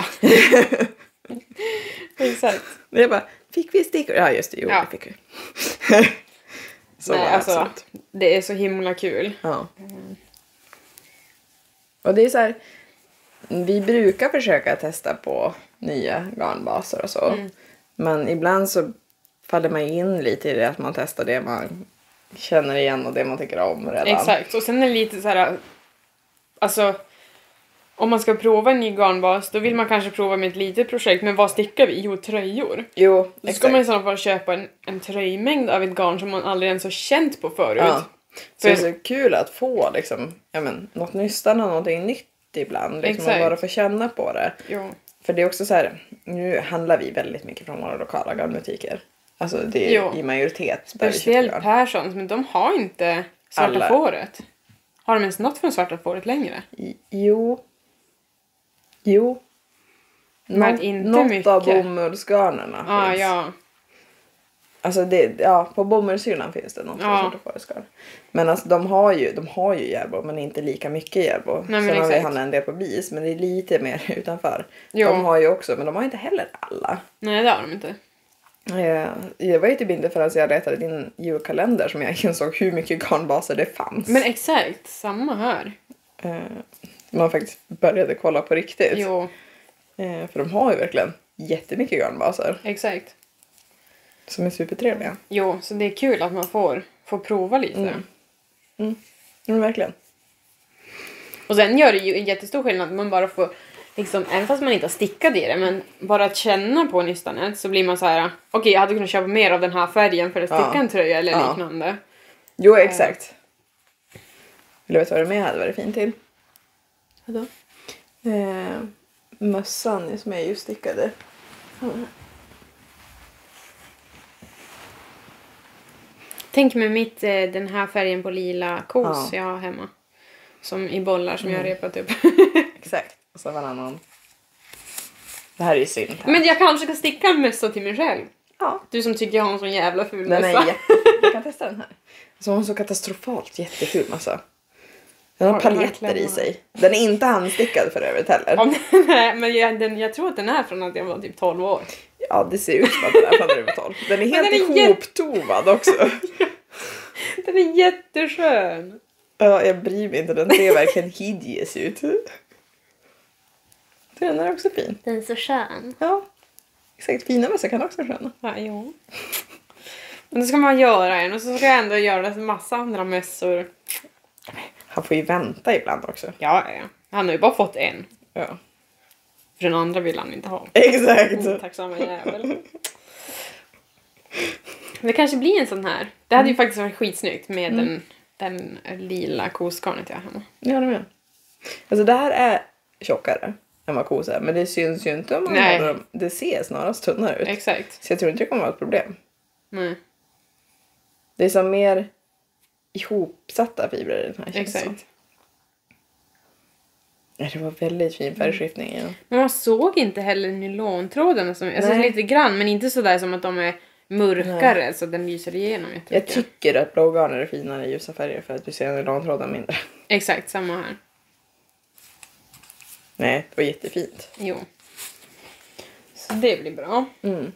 Exakt. Jag bara, fick vi stickor? Ja, just det. Jo, det fick vi. Så nej, var det alltså, absolut. det är så himla kul. Ja. Och det är så här, vi brukar försöka testa på nya garnbaser och så. Men ibland så faller man in lite i det att man testar det man känner igen och det man tycker om redan. Exakt. Och sen är det lite så här, alltså, om man ska prova en ny garnbas, då vill man kanske prova med ett litet projekt. Men vad stickar vi? Jo, tröjor. Jo, då exakt. ska man i så fall köpa en tröjmängd av ett garn som man aldrig ens har känt på förut. Ja. Så det är så kul att få liksom, något nystande och någonting nytt ibland. Liksom, och bara få känna på det. Jo. För det är också så här, nu handlar vi väldigt mycket från våra lokala garnbutiker. Alltså det är i majoritet. Speciellt Perssons, men de har inte svarta fåret. Har de ens något från svarta fåret längre? Jo. Men inte något mycket. av bomullsgarnerna finns. Ja. Alltså på bomullshyllan finns det något från svarta fåretsgarn. Men alltså de har ju järbo, men inte lika mycket järbo. Sen har vi handlat en del på bis, men det är lite mer utanför. Jo. De har ju också, men de har inte heller alla. Nej, det har de inte. Jag var ju typ inte förrän jag letade din julkalender som jag insåg hur mycket garnbaser det fanns. Men exakt, samma här. Man faktiskt började kolla på riktigt. Jo. För de har ju verkligen jättemycket garnbaser. Exakt. Som är supertrevliga. Jo, så det är kul att man får prova lite. Men verkligen. Och sen gör det ju en jättestor skillnad. Man bara får, liksom, även fast man inte har stickat i det, men bara att känna på nystanet så blir man så här: okej, jag hade kunnat köpa mer av den här färgen för att sticka en tröja eller liknande. Jo, exakt. Vill du veta vad det med hade varit fint till? Vadå? Mössan som jag just stickade. Tänk mig den här färgen på lila kos jag har hemma. Som i bollar som jag har repat upp. Exakt. Och så varannan. Det här är ju synd. Men jag kanske ska sticka en mössa till mig själv. Ja. Du som tycker jag har en sån jävla ful den mössa. Jag kan testa den här. Så hon har så katastrofalt jätteful massa. Den har paljetter i sig. Den är inte handstickad för övrigt heller. Nej, men jag tror att den är från att jag var typ 12 år. Ja, det ser ut som att den är från när du var 12. Den är helt ihoptovad också. Den är jätteskön. Ja, jag bryr mig inte. Den ser verkligen hideous ut. Den är också fin. Den är så skön. Ja, exakt. Fina mössor kan också sköna. Ja, jo. Men då ska man göra en och så ska jag ändå göra en massa andra mössor. Han får ju vänta ibland också. Ja. Han har ju bara fått en. Ja. För den andra vill han inte ha. Exakt. Tacksamma jävel. Det kanske blir en sån här. Det hade ju faktiskt varit skitsnyggt med den lila kosgarnet jag har hemma. Ja, det med. Alltså det här är tjockare än vad kos är. Men det syns ju inte om man har dem. Det ser snarast tunnare ut. Exakt. Så jag tror inte det kommer vara ett problem. Nej. Det är som mer ihopsatta fibrer i den här. Exakt. Ja, det var väldigt fin färgskiftning. Ja. Men man såg inte heller nylontrådarna. Alltså lite grann, men inte sådär som att de är mörkare så den lyser igenom jättemycket. Jag tycker att blågarn är finare i ljusa färger för att du ser nylontråden mindre. Exakt, samma här. Nej, det var jättefint. Jo. Så det blir bra.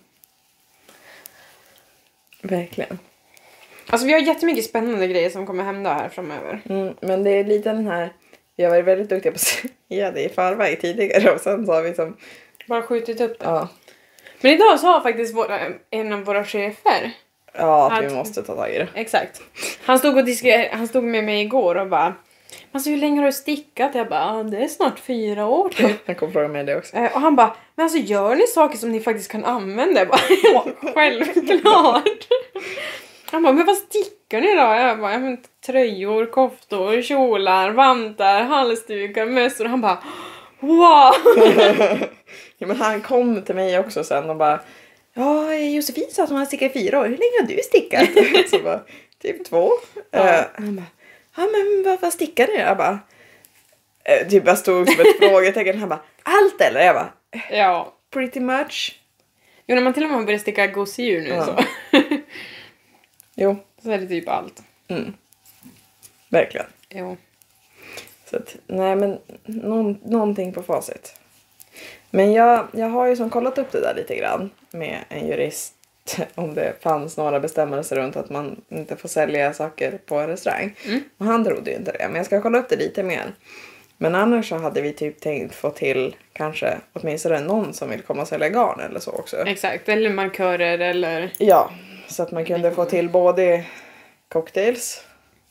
Verkligen. Alltså vi har jättemycket spännande grejer som kommer hända här framöver. Men det är lite den här... Jag var väldigt duktig på att säga det i förväg tidigare och sen så har vi som... Bara skjutit upp det. Ja. Men idag så har faktiskt en av våra chefer. Ja, att vi måste ta tag i det. Exakt. Han stod med mig igår och bara... Alltså hur länge har du stickat? Jag bara, det är snart 4 år typ. Han kommer fråga mig det också. Och han bara, men alltså gör ni saker som ni faktiskt kan använda? Jag bara, ja, självklart. Han bara, men vad stickar ni då? Jag bara, men tröjor, koftor, kjolar, vantar, halsdukar, mössor. Han bara, wow! Ja, men han kom till mig också sen och bara, ja, Josefin sa att hon hade stickat 4 år. Hur länge har du stickat? Så bara, typ 2. Han bara, ja men vad stickar ni? Jag bara, Typ jag stod som ett frågetecken. Han bara, allt eller? Jag bara, Ja. pretty much. Jo, när man till och med börjar sticka gosedjur nu Ja. så. Jo, Så är det typ allt. verkligen. Jo. Så att, nej men någonting på facit. Men jag har ju som kollat upp det där lite grann med en jurist. Om det fanns några bestämmelser runt att man inte får sälja saker på en restaurang. Och han trodde ju inte det. Men jag ska kolla upp det lite mer. Men annars så hade vi typ tänkt få till kanske åtminstone någon som vill komma och sälja garn eller så också. Exakt. Eller markörer eller... Ja, så att man kunde få till både cocktails.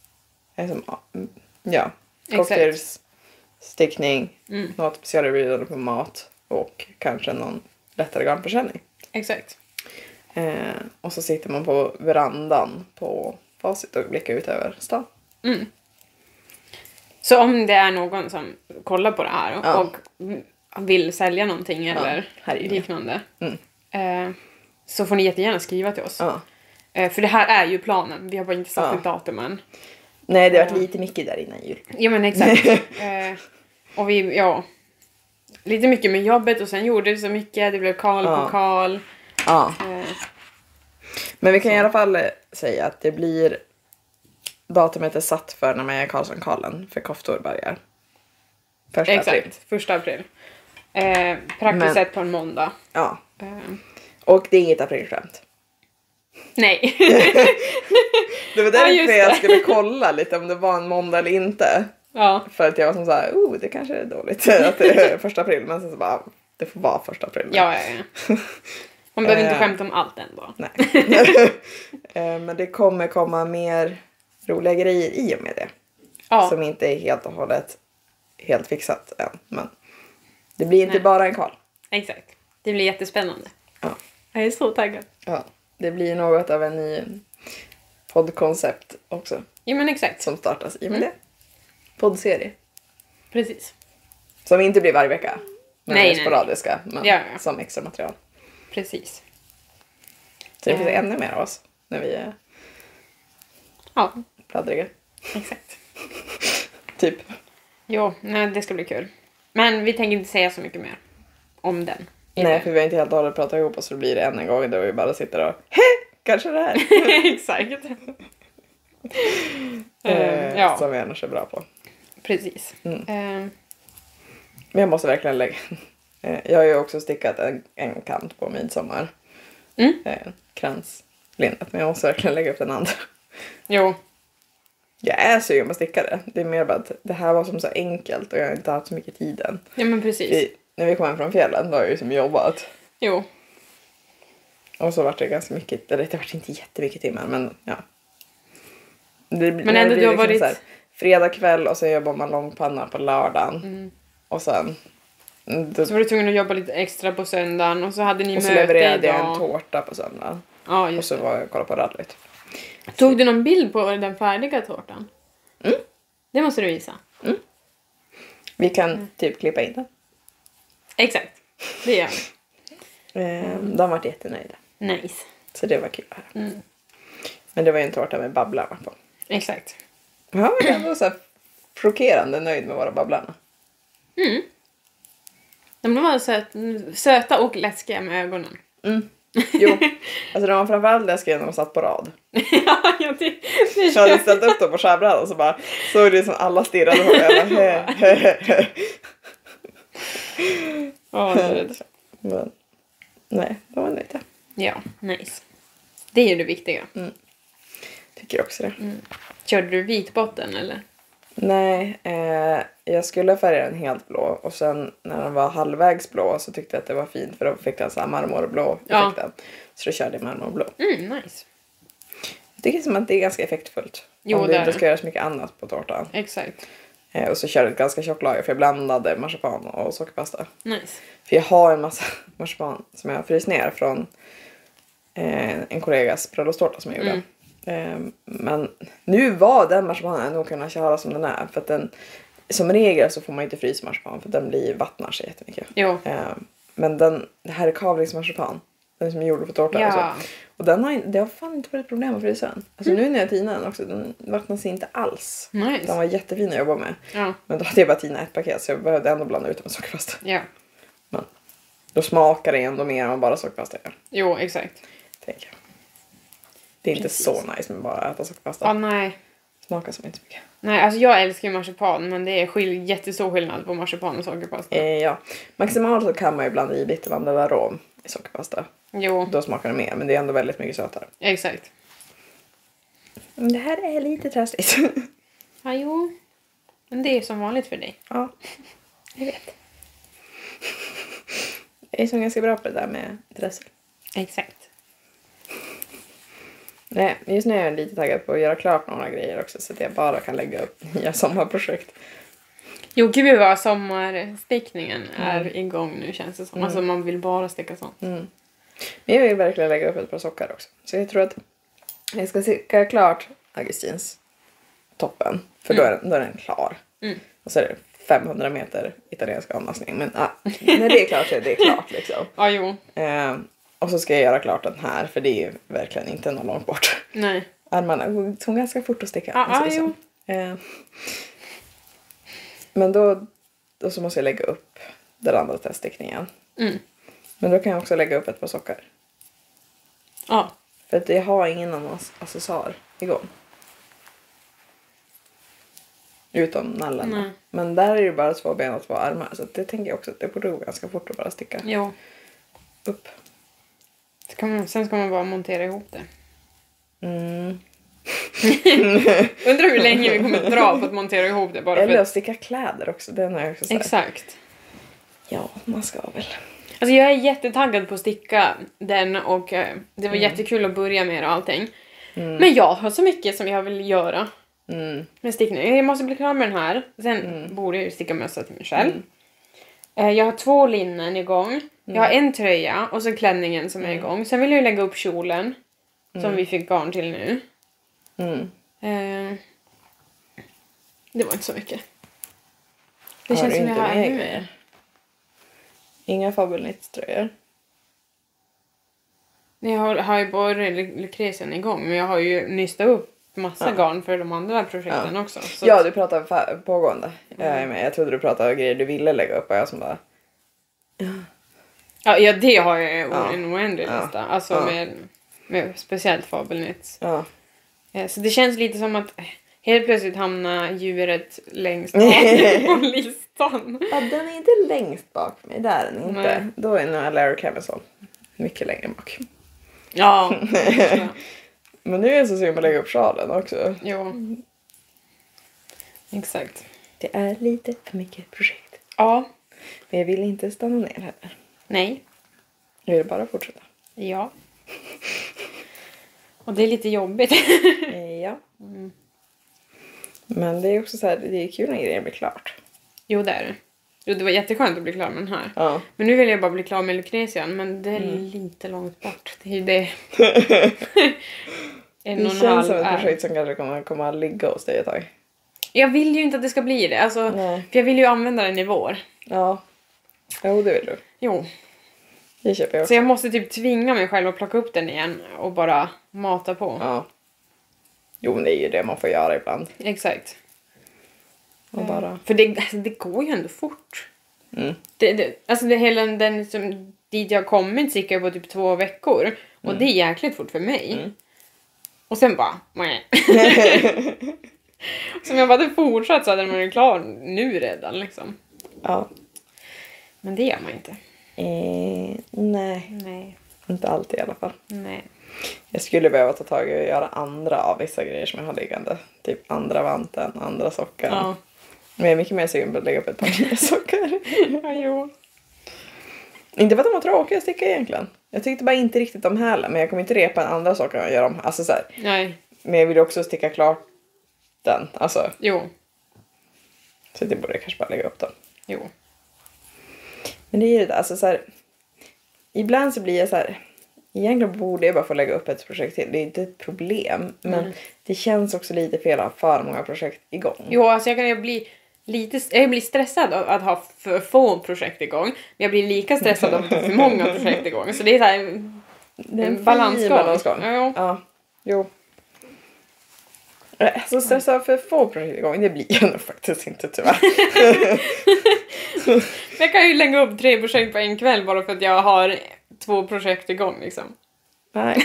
Ja, cocktails, stickning, något specialerbjudande på mat och kanske någon lättare garnförsäljning. Exakt. Och så sitter man på verandan på Facit och blickar ut över stan. Så om det är någon som kollar på det här Ja. och vill sälja någonting eller här är ju liknande. Så får ni jättegärna skriva till oss. Ja. För det här är ju planen. Vi har bara inte satt Ja. ett datum än. Nej, det har varit lite mycket där innan jul. Ja men exakt. Och vi, ja. Lite mycket med jobbet och sen gjorde vi så mycket. Det blev kal på kal. Ja. Men vi kan i alla fall säga att det blir... Datumet är satt för när Maja Karlsson-Karlen för koftor börjar. 1 april. Exakt, 1 april. Praktiskt sett på en måndag. Ja. Och det är inget aprilskämt. Nej. Det var Ja, därför just jag det. skulle kolla lite om det var en måndag eller inte. Ja. För att jag var som såhär, det kanske är dåligt att det är 1 april. Men sen så bara, det får vara 1 april. Ja. Man behöver inte skämta om allt ändå. Nej. Men det kommer komma mer roliga grejer i och med det. Ja. Som inte är helt och hållet helt fixat än. Men det blir inte bara en karl. Exakt. Det blir jättespännande. Ja. Jag är så taggad. Ja. Det blir något av en ny poddkoncept också. Ja men exakt. Som startas i och med det. Poddserie. Precis. Som inte blir varje vecka. Men Nej, är sporadiska. Men Ja. som extra material. Precis. Så det finns ännu mer av oss. När vi är Ja, pladdriga. exakt. Typ. Jo, nej, det ska bli kul. Men vi tänker inte säga så mycket mer om den. Nej, för vi har inte helt och hållet pratat ihop oss. Så det blir det en gång då vi bara sitter och kanske det här. Exakt. Ja, Som vi annars är bra på. precis. Men jag måste verkligen lägga... Jag har ju också stickat en kant på midsommar. Kranslinnet. Men jag måste verkligen lägga upp den andra. Jo, Jag är sugen på att sticka det. Det är mer bara att det här var som så enkelt. Och jag har inte haft så mycket tiden. ja men precis. När vi kom hem från fjällen då har jag ju som jobbat. Jo, Och så var det ganska mycket. Eller det var inte jättemycket timmar. Men ja. Men ändå du har varit... Så här, fredag kväll och så jobbar man långpanna på lördagen. Och sen... Så var du tvungen att jobba lite extra på söndagen och så hade ni Och så möte levererade jag en idag. tårta på söndagen. Ja, Och just så det. var jag och kollade på rallyt. Tog du någon bild på den färdiga tårtan? Det måste du visa. Vi kan typ klippa in den. Exakt, det gör vi. De var jättenöjda. Nice. Så det var kul att höra. Men det var ju en tårta med babblarna på. Exakt. Ja, jag var så här chockerande nöjd med våra babblarna. De var söta och läskiga med ögonen. Jo, alltså de var framförallt läskiga när de satt på rad. Ja, det Jag hade ställt upp dem på skärbrädan och så bara såg det som alla stirrade på mig. Ja, det är det. Men nej, de var nöjda. Ja, nice. Det är ju det viktiga. Tycker också det. Körde du vitbotten eller? Nej, jag skulle färga den helt blå. Och sen när den var halvvägs blå så tyckte jag att det var fint. För då fick den så här marmorblå effekten. Så då körde jag marmorblå. Nice. Jag tycker som att det är ganska effektfullt. Jo, om det du är inte det. ska göra så mycket annat på tårtan. Exakt. Och så körde jag ett ganska tjockt lager. För jag blandade marsipan och sockerpasta. Nice. För jag har en massa marsipan som jag har fryst ner från en kollegas bröllopstårta som jag gjorde. Men nu var den marsipanen nog kunna köra som den är. För att den, som regel så får man inte frysa marsipan för den vattnar sig jättemycket. Jo. Men det här är kavlingsmarsipan. Den som är gjord på tårta och så. Och det har fan inte varit problem med frysen. Alltså nu när jag tinade den också, den vattnas inte alls. Nice. Den var jättefin att jobba med. Ja. Men då hade jag bara tinat ett paket så jag behövde ändå blanda ut det med sockerpasta. Ja. Men då smakar det ändå mer än bara sockerpasta. Jo, exakt. Tänker jag. Det är inte så nice med bara att äta sockerpasta. Ja, nej. Smakar som inte mycket. Nej, alltså jag älskar ju marsipan, men det är jättestor skillnad på marsipan och sockerpasta. Ja. Maximalt så kan man ju blanda i bittervandel och arom i sockerpasta. Jo. Då smakar det mer, men det är ändå väldigt mycket sötare. Exakt. Det här är lite trassligt. Ja, jo. Men det är som vanligt för dig. Ja, jag vet. Jag är så ganska bra på det där med dressel. Exakt. Nej, just nu är jag lite taggad på att göra klart några grejer också så att jag bara kan lägga upp nya sommarprojekt. Jo, gud vad sommarstickningen är igång nu känns det som. Alltså man vill bara sticka sånt. Men jag vill verkligen lägga upp ett par sockar också. Så jag tror att jag ska sticka klart Augustins toppen. För då är den klar. Och så är det 500 meter italiensk avmaskning. Men när det är klart så är det klart liksom. Ja, jo. Och så ska jag göra klart den här. För det är ju verkligen inte någon långt bort. Nej. Armarna går ganska fort att sticka. Jo. Men då så måste jag lägga upp den andra teststickningen. Men då kan jag också lägga upp ett par sockar. Ja. För att jag har ingen annan accessoar igång. Utom nallen. Nej. Men där är det bara 2 ben och 2 armar. Så det tänker jag också att det borde gå ganska fort att bara sticka Jo. upp. Sen ska man bara montera ihop det. Mm. Undrar hur länge vi kommer dra på att montera ihop det. Bara Eller för att sticka kläder också. Den har jag också sagt. Exakt. Ja, man ska väl. Alltså jag är jättetaggad på att sticka den och det var jättekul att börja med och allting. Men jag har så mycket som jag vill göra med stickning. Jag måste bli klar med den här. Sen borde jag ju sticka mössa till mig själv. Jag har 2 linnen igång. Jag har en tröja och så klänningen som är igång. Sen vill jag lägga upp kjolen som vi fick garn till nu. Det var inte så mycket. Det känns som jag har ännu mer. Inga fabelnittströjor. Jag har ju bara Lucretian igång. Men jag har ju nystat upp massa garn för de andra projekten också. Så ja, du pratar pågående. Jag trodde du pratade grejer du ville lägga upp. Och jag som bara... Ja, det har jag en oändlig lista. Alltså med speciellt fabelnitts. Ja. Så det känns lite som att helt plötsligt hamnar djuret längst bak på listan. Ja, den är inte längst bak för mig. Där är den inte. Nej. Då är nog Larry Camisole mycket längre bak. Ja. Men nu är jag så sugen på att lägga upp sjalen också. Jo. Exakt. Det är lite för mycket projekt. Ja. Men jag vill inte stanna ner heller. Nej. Jag vill bara fortsätta. Ja. Och det är lite jobbigt. Ja. Men det är också så här, det är kul när grejer blir klart. Jo, det är det. Jo, det var jätteskönt att bli klar med den här. Ja. Men nu vill jag bara bli klar med Lucretian. Men det är lite långt bort. Det är ju det. Det känns som ett projekt som kanske kommer komma att ligga hos dig ett tag. Jag vill ju inte att det ska bli det. Alltså, för jag vill ju använda den i vår. Ja. Jo, det vill du. Jo. Det köper jag också. Så jag måste typ tvinga mig själv att plocka upp den igen. Och bara mata på. Ja. Jo, men det är ju det man får göra ibland. Exakt. Och bara... För det går ju ändå fort. Alltså hela den som dit jag har kommit stickar jag på typ 2 veckor. Och det är jäkligt fort för mig. Och sen bara... Som jag bara hade fortsatt så hade man ju klar nu redan liksom. Ja. Men det gör man inte. Nej. Nej. Inte alltid i alla fall. Nej. Jag skulle behöva ta tag i och göra andra av vissa grejer som jag har liggande. Typ andra vanten, andra sockar. Ja. Men jag är mycket mer sugen på att lägga upp ett par nya sockar. Ja, jo. Inte för att de var tråkiga att sticka egentligen. Jag tyckte bara inte riktigt om hälen. Men jag kommer inte repa en andra sockar och göra dem. Alltså så här. Nej. Men jag vill också sticka klart den. Alltså. Jo. Så det borde jag kanske bara lägga upp dem. Jo. Men det är ju det. Alltså så här. Ibland så blir jag så här. Egentligen borde jag bara få lägga upp ett projekt till. Det är inte ett problem. Men det känns också lite fel att ha för många projekt igång. Jo, alltså jag blir stressad av att ha för få projekt igång. Men jag blir lika stressad av att ha för många projekt igång. Så det är så här, Det är en balansgång. balansgång. Ja. Ja, jo. Så stressad för få projekt igång, det blir jag nog faktiskt inte tyvärr. Jag kan ju lägga upp 3 projekt på en kväll bara för att jag har 2 projekt igång liksom. Nej.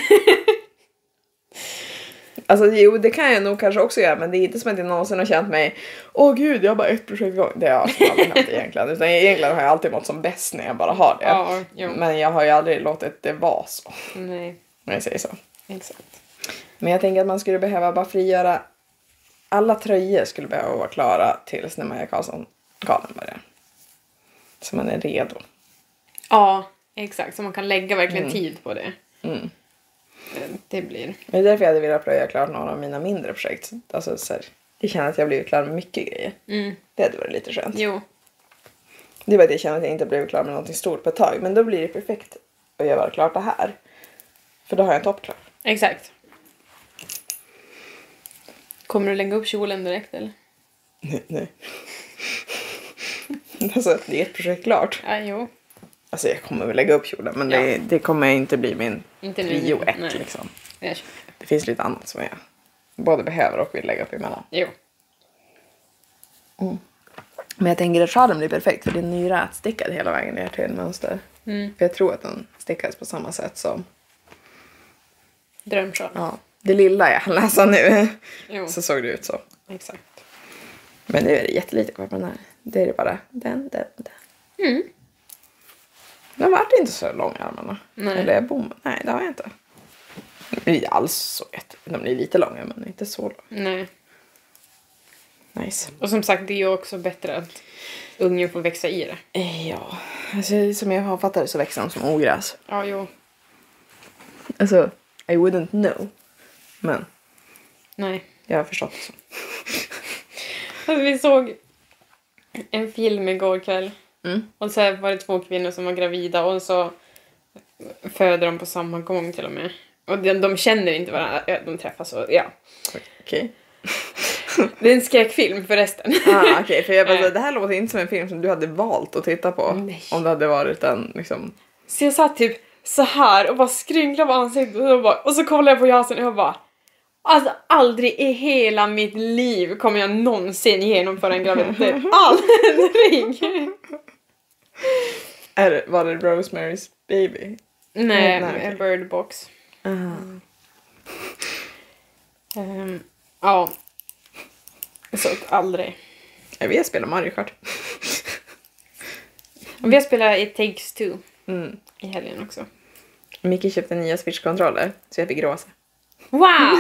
Alltså jo, det kan jag nog kanske också göra, men det är inte som att jag någonsin har känt mig åh gud, jag har bara ett projekt igång. Det har jag aldrig hänt egentligen. Utan egentligen har jag alltid mått som bäst när jag bara har det. Ja, jo. Men jag har ju aldrig låtit det vara så. Nej, Om jag säger så. exakt. Men jag tänker att man skulle behöva bara frigöra. Alla tröjor skulle behöva vara klara tills när Maja Karlsson-galan börjar. Så man är redo. Ja, exakt. Så man kan lägga verkligen tid på det. Mm. Det blir... Det är därför jag hade velat plöja klart några av mina mindre projekt. Alltså så här, jag känner att jag blivit klar med mycket grejer. Mm. Det hade varit lite skönt. Jo. Det var att jag känner att jag inte blev klar med något stort på ett tag. Men då blir det perfekt att göra klart det här. För då har jag en topp klar. Exakt. Kommer du lägga upp kjolen direkt eller? Nej. Alltså det är ett projekt klart. Ja, jo. Alltså jag kommer väl lägga upp kjolen. Men Ja. det kommer inte bli min Inte nu. prio 1 Nej. liksom. Jag... Det finns lite annat som jag både behöver och vill lägga upp emellan. Jo. Men jag tänker att sjalen blir perfekt. För det är nyrätstickad hela vägen ner till mönster. Mm. För jag tror att den stickades på samma sätt som Drömsjal. ja, det lilla jag läser nu. Jo. Så såg det ut så. Exakt. Men nu är det jättelite kvar på den här. Det är det bara den. Mm. Den vart inte så lång armarna. Nej. Eller bom. Nej, det har jag inte. De blir inte alls så de blir lite långa men inte så långa. Nej. Nice. Och som sagt, det är ju också bättre att ungen får växa i det. Ja, alltså, som jag har fattat det så växer de som ogräs. Ja, jo. Alltså, I wouldn't know. Men Nej. jag har förstått det så. Alltså, vi såg en film igår kväll. Mm. Och så var det 2 kvinnor som var gravida och så föder de på samma gång till och med. Och de känner inte varandra, de träffas och ja. Okej. Det är en skräckfilm förresten. Okej, för jag bara, det här låter inte som en film som du hade valt att titta på. Nej. Om det hade varit en liksom. Så jag satt typ så här och bara skrynklade på ansiktet och så kollade jag på Jasen och jag bara alltså aldrig i hela mitt liv kommer jag någonsin genomföra en graviditet. Aldrig! Var det Rosemary's Baby? Nej, okej. Bird Box. Uh-huh. Ja. Så att aldrig. Ja, vi har spelat Mario Kart. Och vi har spelat It Takes Two Mm. i helgen också. Micke köpte nya Switch-kontroller så jag fick rosa. Wow!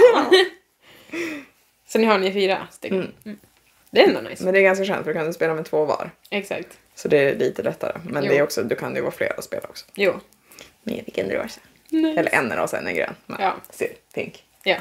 Så ni 4 stycken. Mm. Det är ändå nice. Men det är ganska skönt för du kan spela med 2 var. Exakt. Så det är lite lättare. Men Jo. det är också, du kan ju vara flera och spela också. Jo. Men jag fick en rosa. Nice. Eller en rosa, en är grön. Nej, Ja. pink. Ja.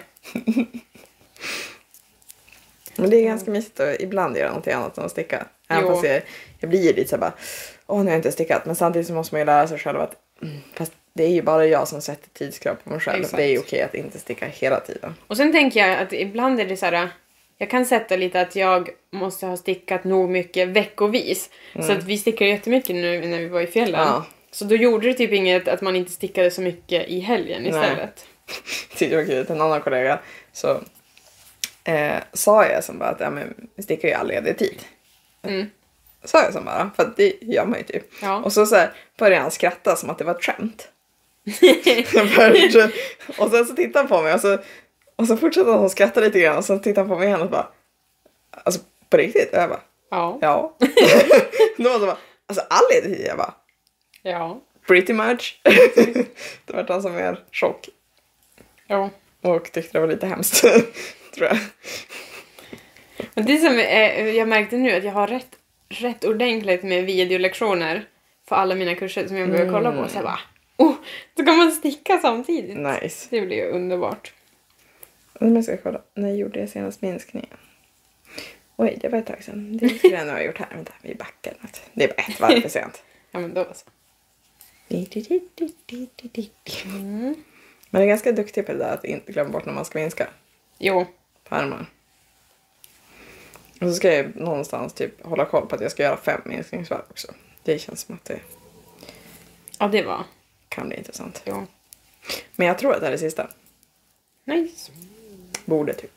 Men det är ganska mysigt att ibland göra något annat än att sticka. Även Jo. fast jag blir ju lite så här bara, nu har jag inte stickat. Men samtidigt så måste man ju lära sig själv att, fast det är ju bara jag som sätter tidskrav på mig själv. Exakt. Det är ju okej att inte sticka hela tiden. Och sen tänker jag att ibland är det så här. Jag kan sätta lite att jag måste ha stickat nog mycket veckovis. Så att vi stickar jättemycket nu när vi var i fjällen. Ja. Så då gjorde det typ inget att man inte stickade så mycket i helgen istället. Tyckte det var kul. En annan kollega så sa jag som bara att men vi stickar ju all ledig tid. Mm. Sa jag som bara, för att det gör man ju typ. Ja. Och så här började han skratta som att det var ett skämt. Och sen så tittade han på mig och så fortsatte han att skratta lite grann och så tittade han på mig igen och bara, alltså på riktigt? Och jag bara, Ja. ja. Då var det bara, alltså all ledig tid? Jag bara, Ja. pretty much. Då var han som mer chock Ja. och tyckte det var lite hemskt, tror jag. Men det som jag märkte nu att jag har rätt ordentligt med videolektioner för alla mina kurser som jag behöver kolla på. Så jag bara, så kan man sticka samtidigt. Nice. Det blir ju underbart. Om jag ska kolla, när gjorde jag senast minskningen? Oj, det var ett tag sedan. Det skulle jag nog ha gjort här. Vänta, vi backar. Det är bara ett varv för sent. Ja, men då så. Man är ganska duktig på det där att inte glömma bort när man ska minska Jo. på armarna. Och så ska jag någonstans typ hålla koll på att jag ska göra 5 minskningsvarv också. Det känns som att det Ja, det var. kan bli intressant. Jo. Men jag tror att det här är sista. Nice. Borde typ.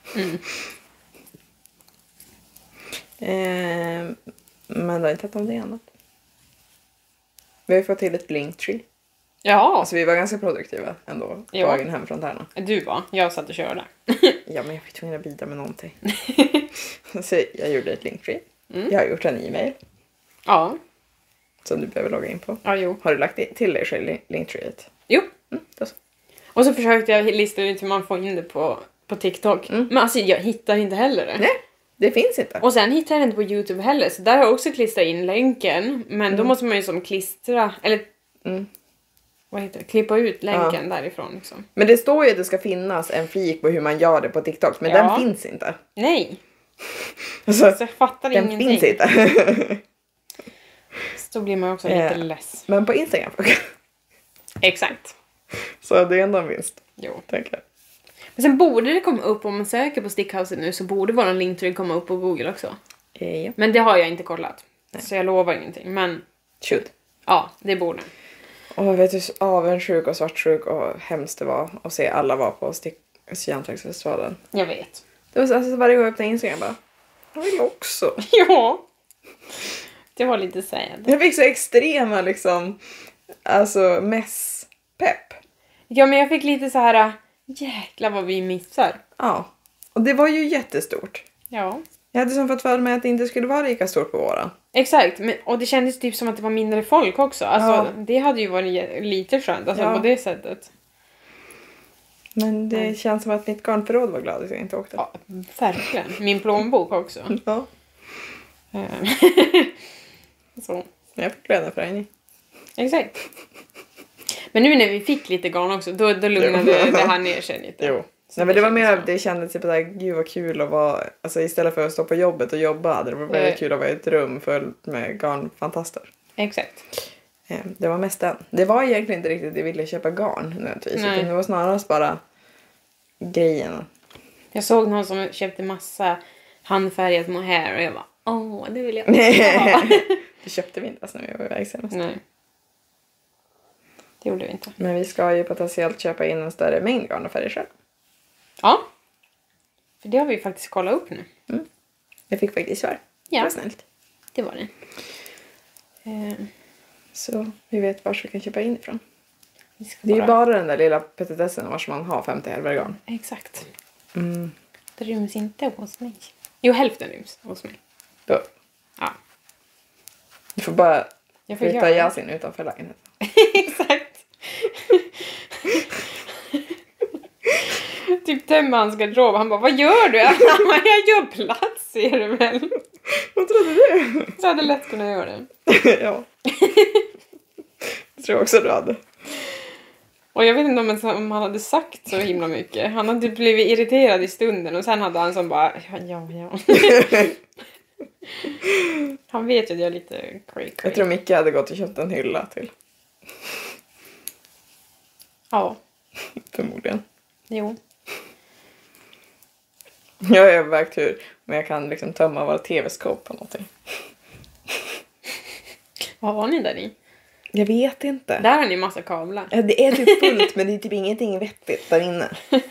Men det har inte haft någonting annat. Vi har ju fått till ett Linktree. Ja, Alltså vi var ganska produktiva ändå på Ja. vägen hem från Tärna. du var. Jag satt och körde. Ja, men jag fick tvungen att bidra med någonting. Så jag gjorde ett Linktree. Jag har gjort en e-mail Ja. som du behöver logga in på. Ja, jo. Har du lagt till dig själv Linktreet? Jo. Då så. Och så försökte jag lista ut hur man får in det på TikTok. Men alltså jag hittar inte heller det. Nej, det finns inte. Och sen hittar jag det inte på YouTube heller. Så där har jag också klistrat in länken. Men då måste man ju som klistra, eller vad heter det? Klippa ut länken därifrån liksom. Men det står ju att det ska finnas en flik på hur man gör det på TikTok. Men Ja. den finns inte. Nej, Alltså, så jag fattar den ingenting. finns inte. Så blir man också lite less. Men på Instagram funkar. Exakt. Så det är ändå en vinst. Jo. Tänker jag. Men sen borde det komma upp, om man söker på Stickhuset nu så borde våran Linktree komma upp på Google också. Ja. Men det har jag inte kollat. Så jag lovar ingenting. Men Shoot. ja, det borde. Och vet du så avundsjuk och svartsjuk och hemskt det var att se alla var på Järnvägsfestivalen. Jag vet. Det var så, alltså, varje gång jag öppnade Instagram bara, jag vill också. Ja. Det var lite sad. Jag fick så extrema liksom, alltså mässpepp. Ja, men jag fick lite så här, jäklar vad vi missar. Ja, och det var ju jättestort. Ja. Jag hade som fått för mig att det inte skulle vara lika stort på våran. Exakt, men, och det kändes typ som att det var mindre folk också. Alltså, Ja. det hade ju varit lite skönt, alltså Ja. på det sättet. Men det känns som att mitt garnförråd var glad att jag inte åkte. Ja, verkligen. Min plånbok också. Ja. Så. Jag fick glädjeförhöjning. Exakt. Men nu när vi fick lite garn också, då lugnade det här ner sig lite. Jo. Så Nej, men det var mer kändes att det kändes typ att gud vad kul att vara, alltså istället för att stå på jobbet och jobba hade det var väldigt kul att vara i ett rum fullt med garnfantaster. Exakt. Det var mest den. Det var egentligen inte riktigt att jag ville köpa garn nödvändigtvis. Nej. Utan det var snarast bara grejerna. Jag såg någon som köpte massa handfärgat mohair och jag bara, åh, det vill jag ha. Det köpte vi inte alltså när vi var iväg senast. Nej. Det gjorde vi inte. Men vi ska ju potentiellt köpa in en större mängd garn och färger själv. Ja. För det har vi faktiskt kollat upp nu. Jag fick faktiskt svar. Ja. Det var snällt. Det var det. Så vi vet var vi kan köpa in ifrån. Vi ska Det är ju bara den där lilla petitessen vars man har 50 härvor garn. Exakt. Mm. Det ryms inte hos mig. Jo, hälften ryms hos mig. Då. Ja. Du får bara Jag får flytta göra Yasin utanför lägenheten. Exakt. Typ tömmer hans garderob. Han bara, vad gör du? Jag gör plats, ser du väl? Vad trodde du? Så hade lätt kunnat göra det. Ja. Jag tror också du hade. Och jag vet inte om han hade sagt så himla mycket. Han hade blivit irriterad i stunden och sen hade han som bara, ja. Han vet ju att jag är lite cray. Jag tror Micke hade gått och köpt en hylla till. Ja, Förmodligen. jo. Jag har övervägt hur, men jag kan liksom tömma våra tv-skåp på någonting. Vad har ni där i? Jag vet inte. Där har ni massa kablar. Ja, det är typ fullt men det är typ ingenting vettigt där inne.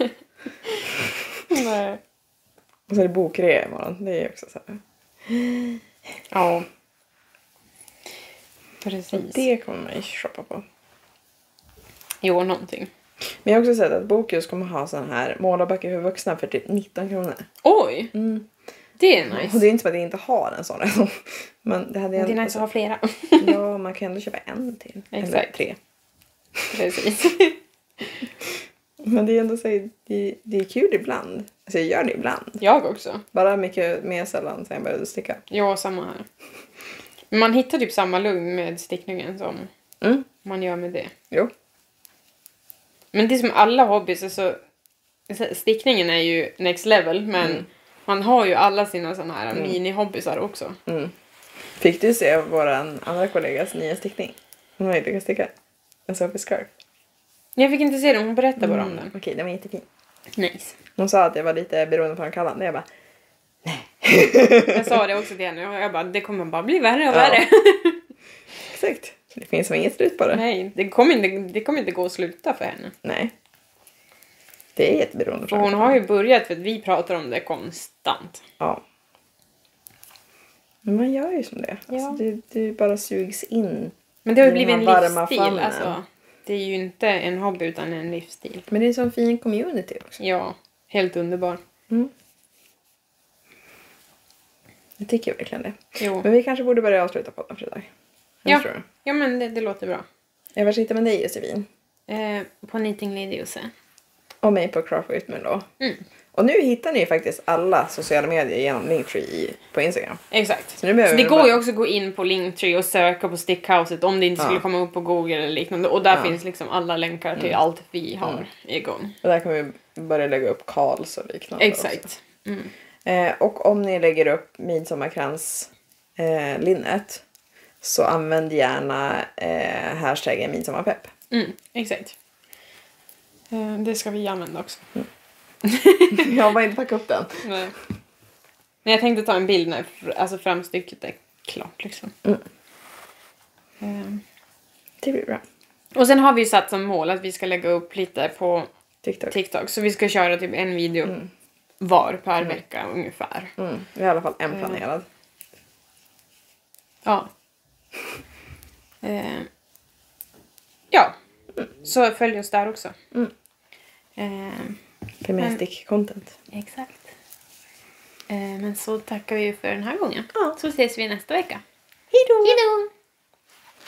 Nej. Och så är det bokrea imorgon. Det är också så här. Ja. Precis. Det kommer man ju shoppa på. Jo, någonting. Men jag har också sett att Bokus kommer ha sån här målarböcker för vuxna för typ 19 kronor. Oj! Det är Och nice. det är inte som att jag inte har en sån redan. Men det hade jag Det är nice att ha flera. Ja, man kan ändå köpa en till. Eller Exakt. 3. Precis. Men det är ändå så här, det är kul ibland. Alltså jag gör det ibland. Jag också. Bara mycket mer sällan sen jag började sticka. Ja, samma här. Men man hittar typ samma lugn med stickningen som man gör med det. Jo. Men det är som alla hobbys, alltså, stickningen är ju next level, men man har ju alla sina såna här mini-hobbysar också. Fick du se våran andra kollegas nya stickning? Hon har ju lyckats sticka en surface scarf. Jag fick inte se den, hon berättade bara om den. Okej, den var jättefin. Nice. Hon sa att jag var lite beroende på en kallan. Jag bara, Jag sa det också till henne och jag bara, det kommer bara bli värre och Ja. värre. exakt. Det finns som inget slut på det. Nej, det kommer inte gå att sluta för henne. Nej. Det är jätteberoende. För hon har ju börjat för att vi pratar om det konstant. Ja. Men man gör ju som det. Ja. Alltså, det bara sugs in. Men det har ju I blivit en den här varma livsstil. famnen. Alltså, det är ju inte en hobby utan en livsstil. Men det är en sån fin community också. Ja, helt underbar. Jag tycker verkligen det. Jo. Men vi kanske borde börja avsluta podden för idag. Ja. Tror du? Ja, men det låter bra. Var sitter man dig, Josefin? På Knitting Lady Josse. Och mig på Craft Whitman då. Mm. Och nu hittar ni ju faktiskt alla sociala medier genom Linktree på Instagram. Exakt. Så nu behöver Så det vi går bara- ju också att gå in på Linktree och söka på Stickhouset om det inte skulle komma upp på Google eller liknande. Och där finns liksom alla länkar till allt vi har igång. Och där kan vi börja lägga upp Karls och liknande. Exakt. Mm. Också. Och om ni lägger upp midsommarkrans linnet så använd gärna hashtaggen midsommarpepp. Exakt. Det ska vi använda också. Jag bara inte packa upp den. Nej. Men jag tänkte ta en bild när alltså framstycket är klart liksom. Det blir bra. Och sen har vi satt som mål att vi ska lägga upp lite på TikTok. Så vi ska köra typ en video var per vecka ungefär. Vi har i alla fall en planerad. Ja. Ja. Så följ oss där också. För mer stick-content. Exakt. Men så tackar vi för den här gången. Ja. Så ses vi nästa vecka. Hej då! Hejdå!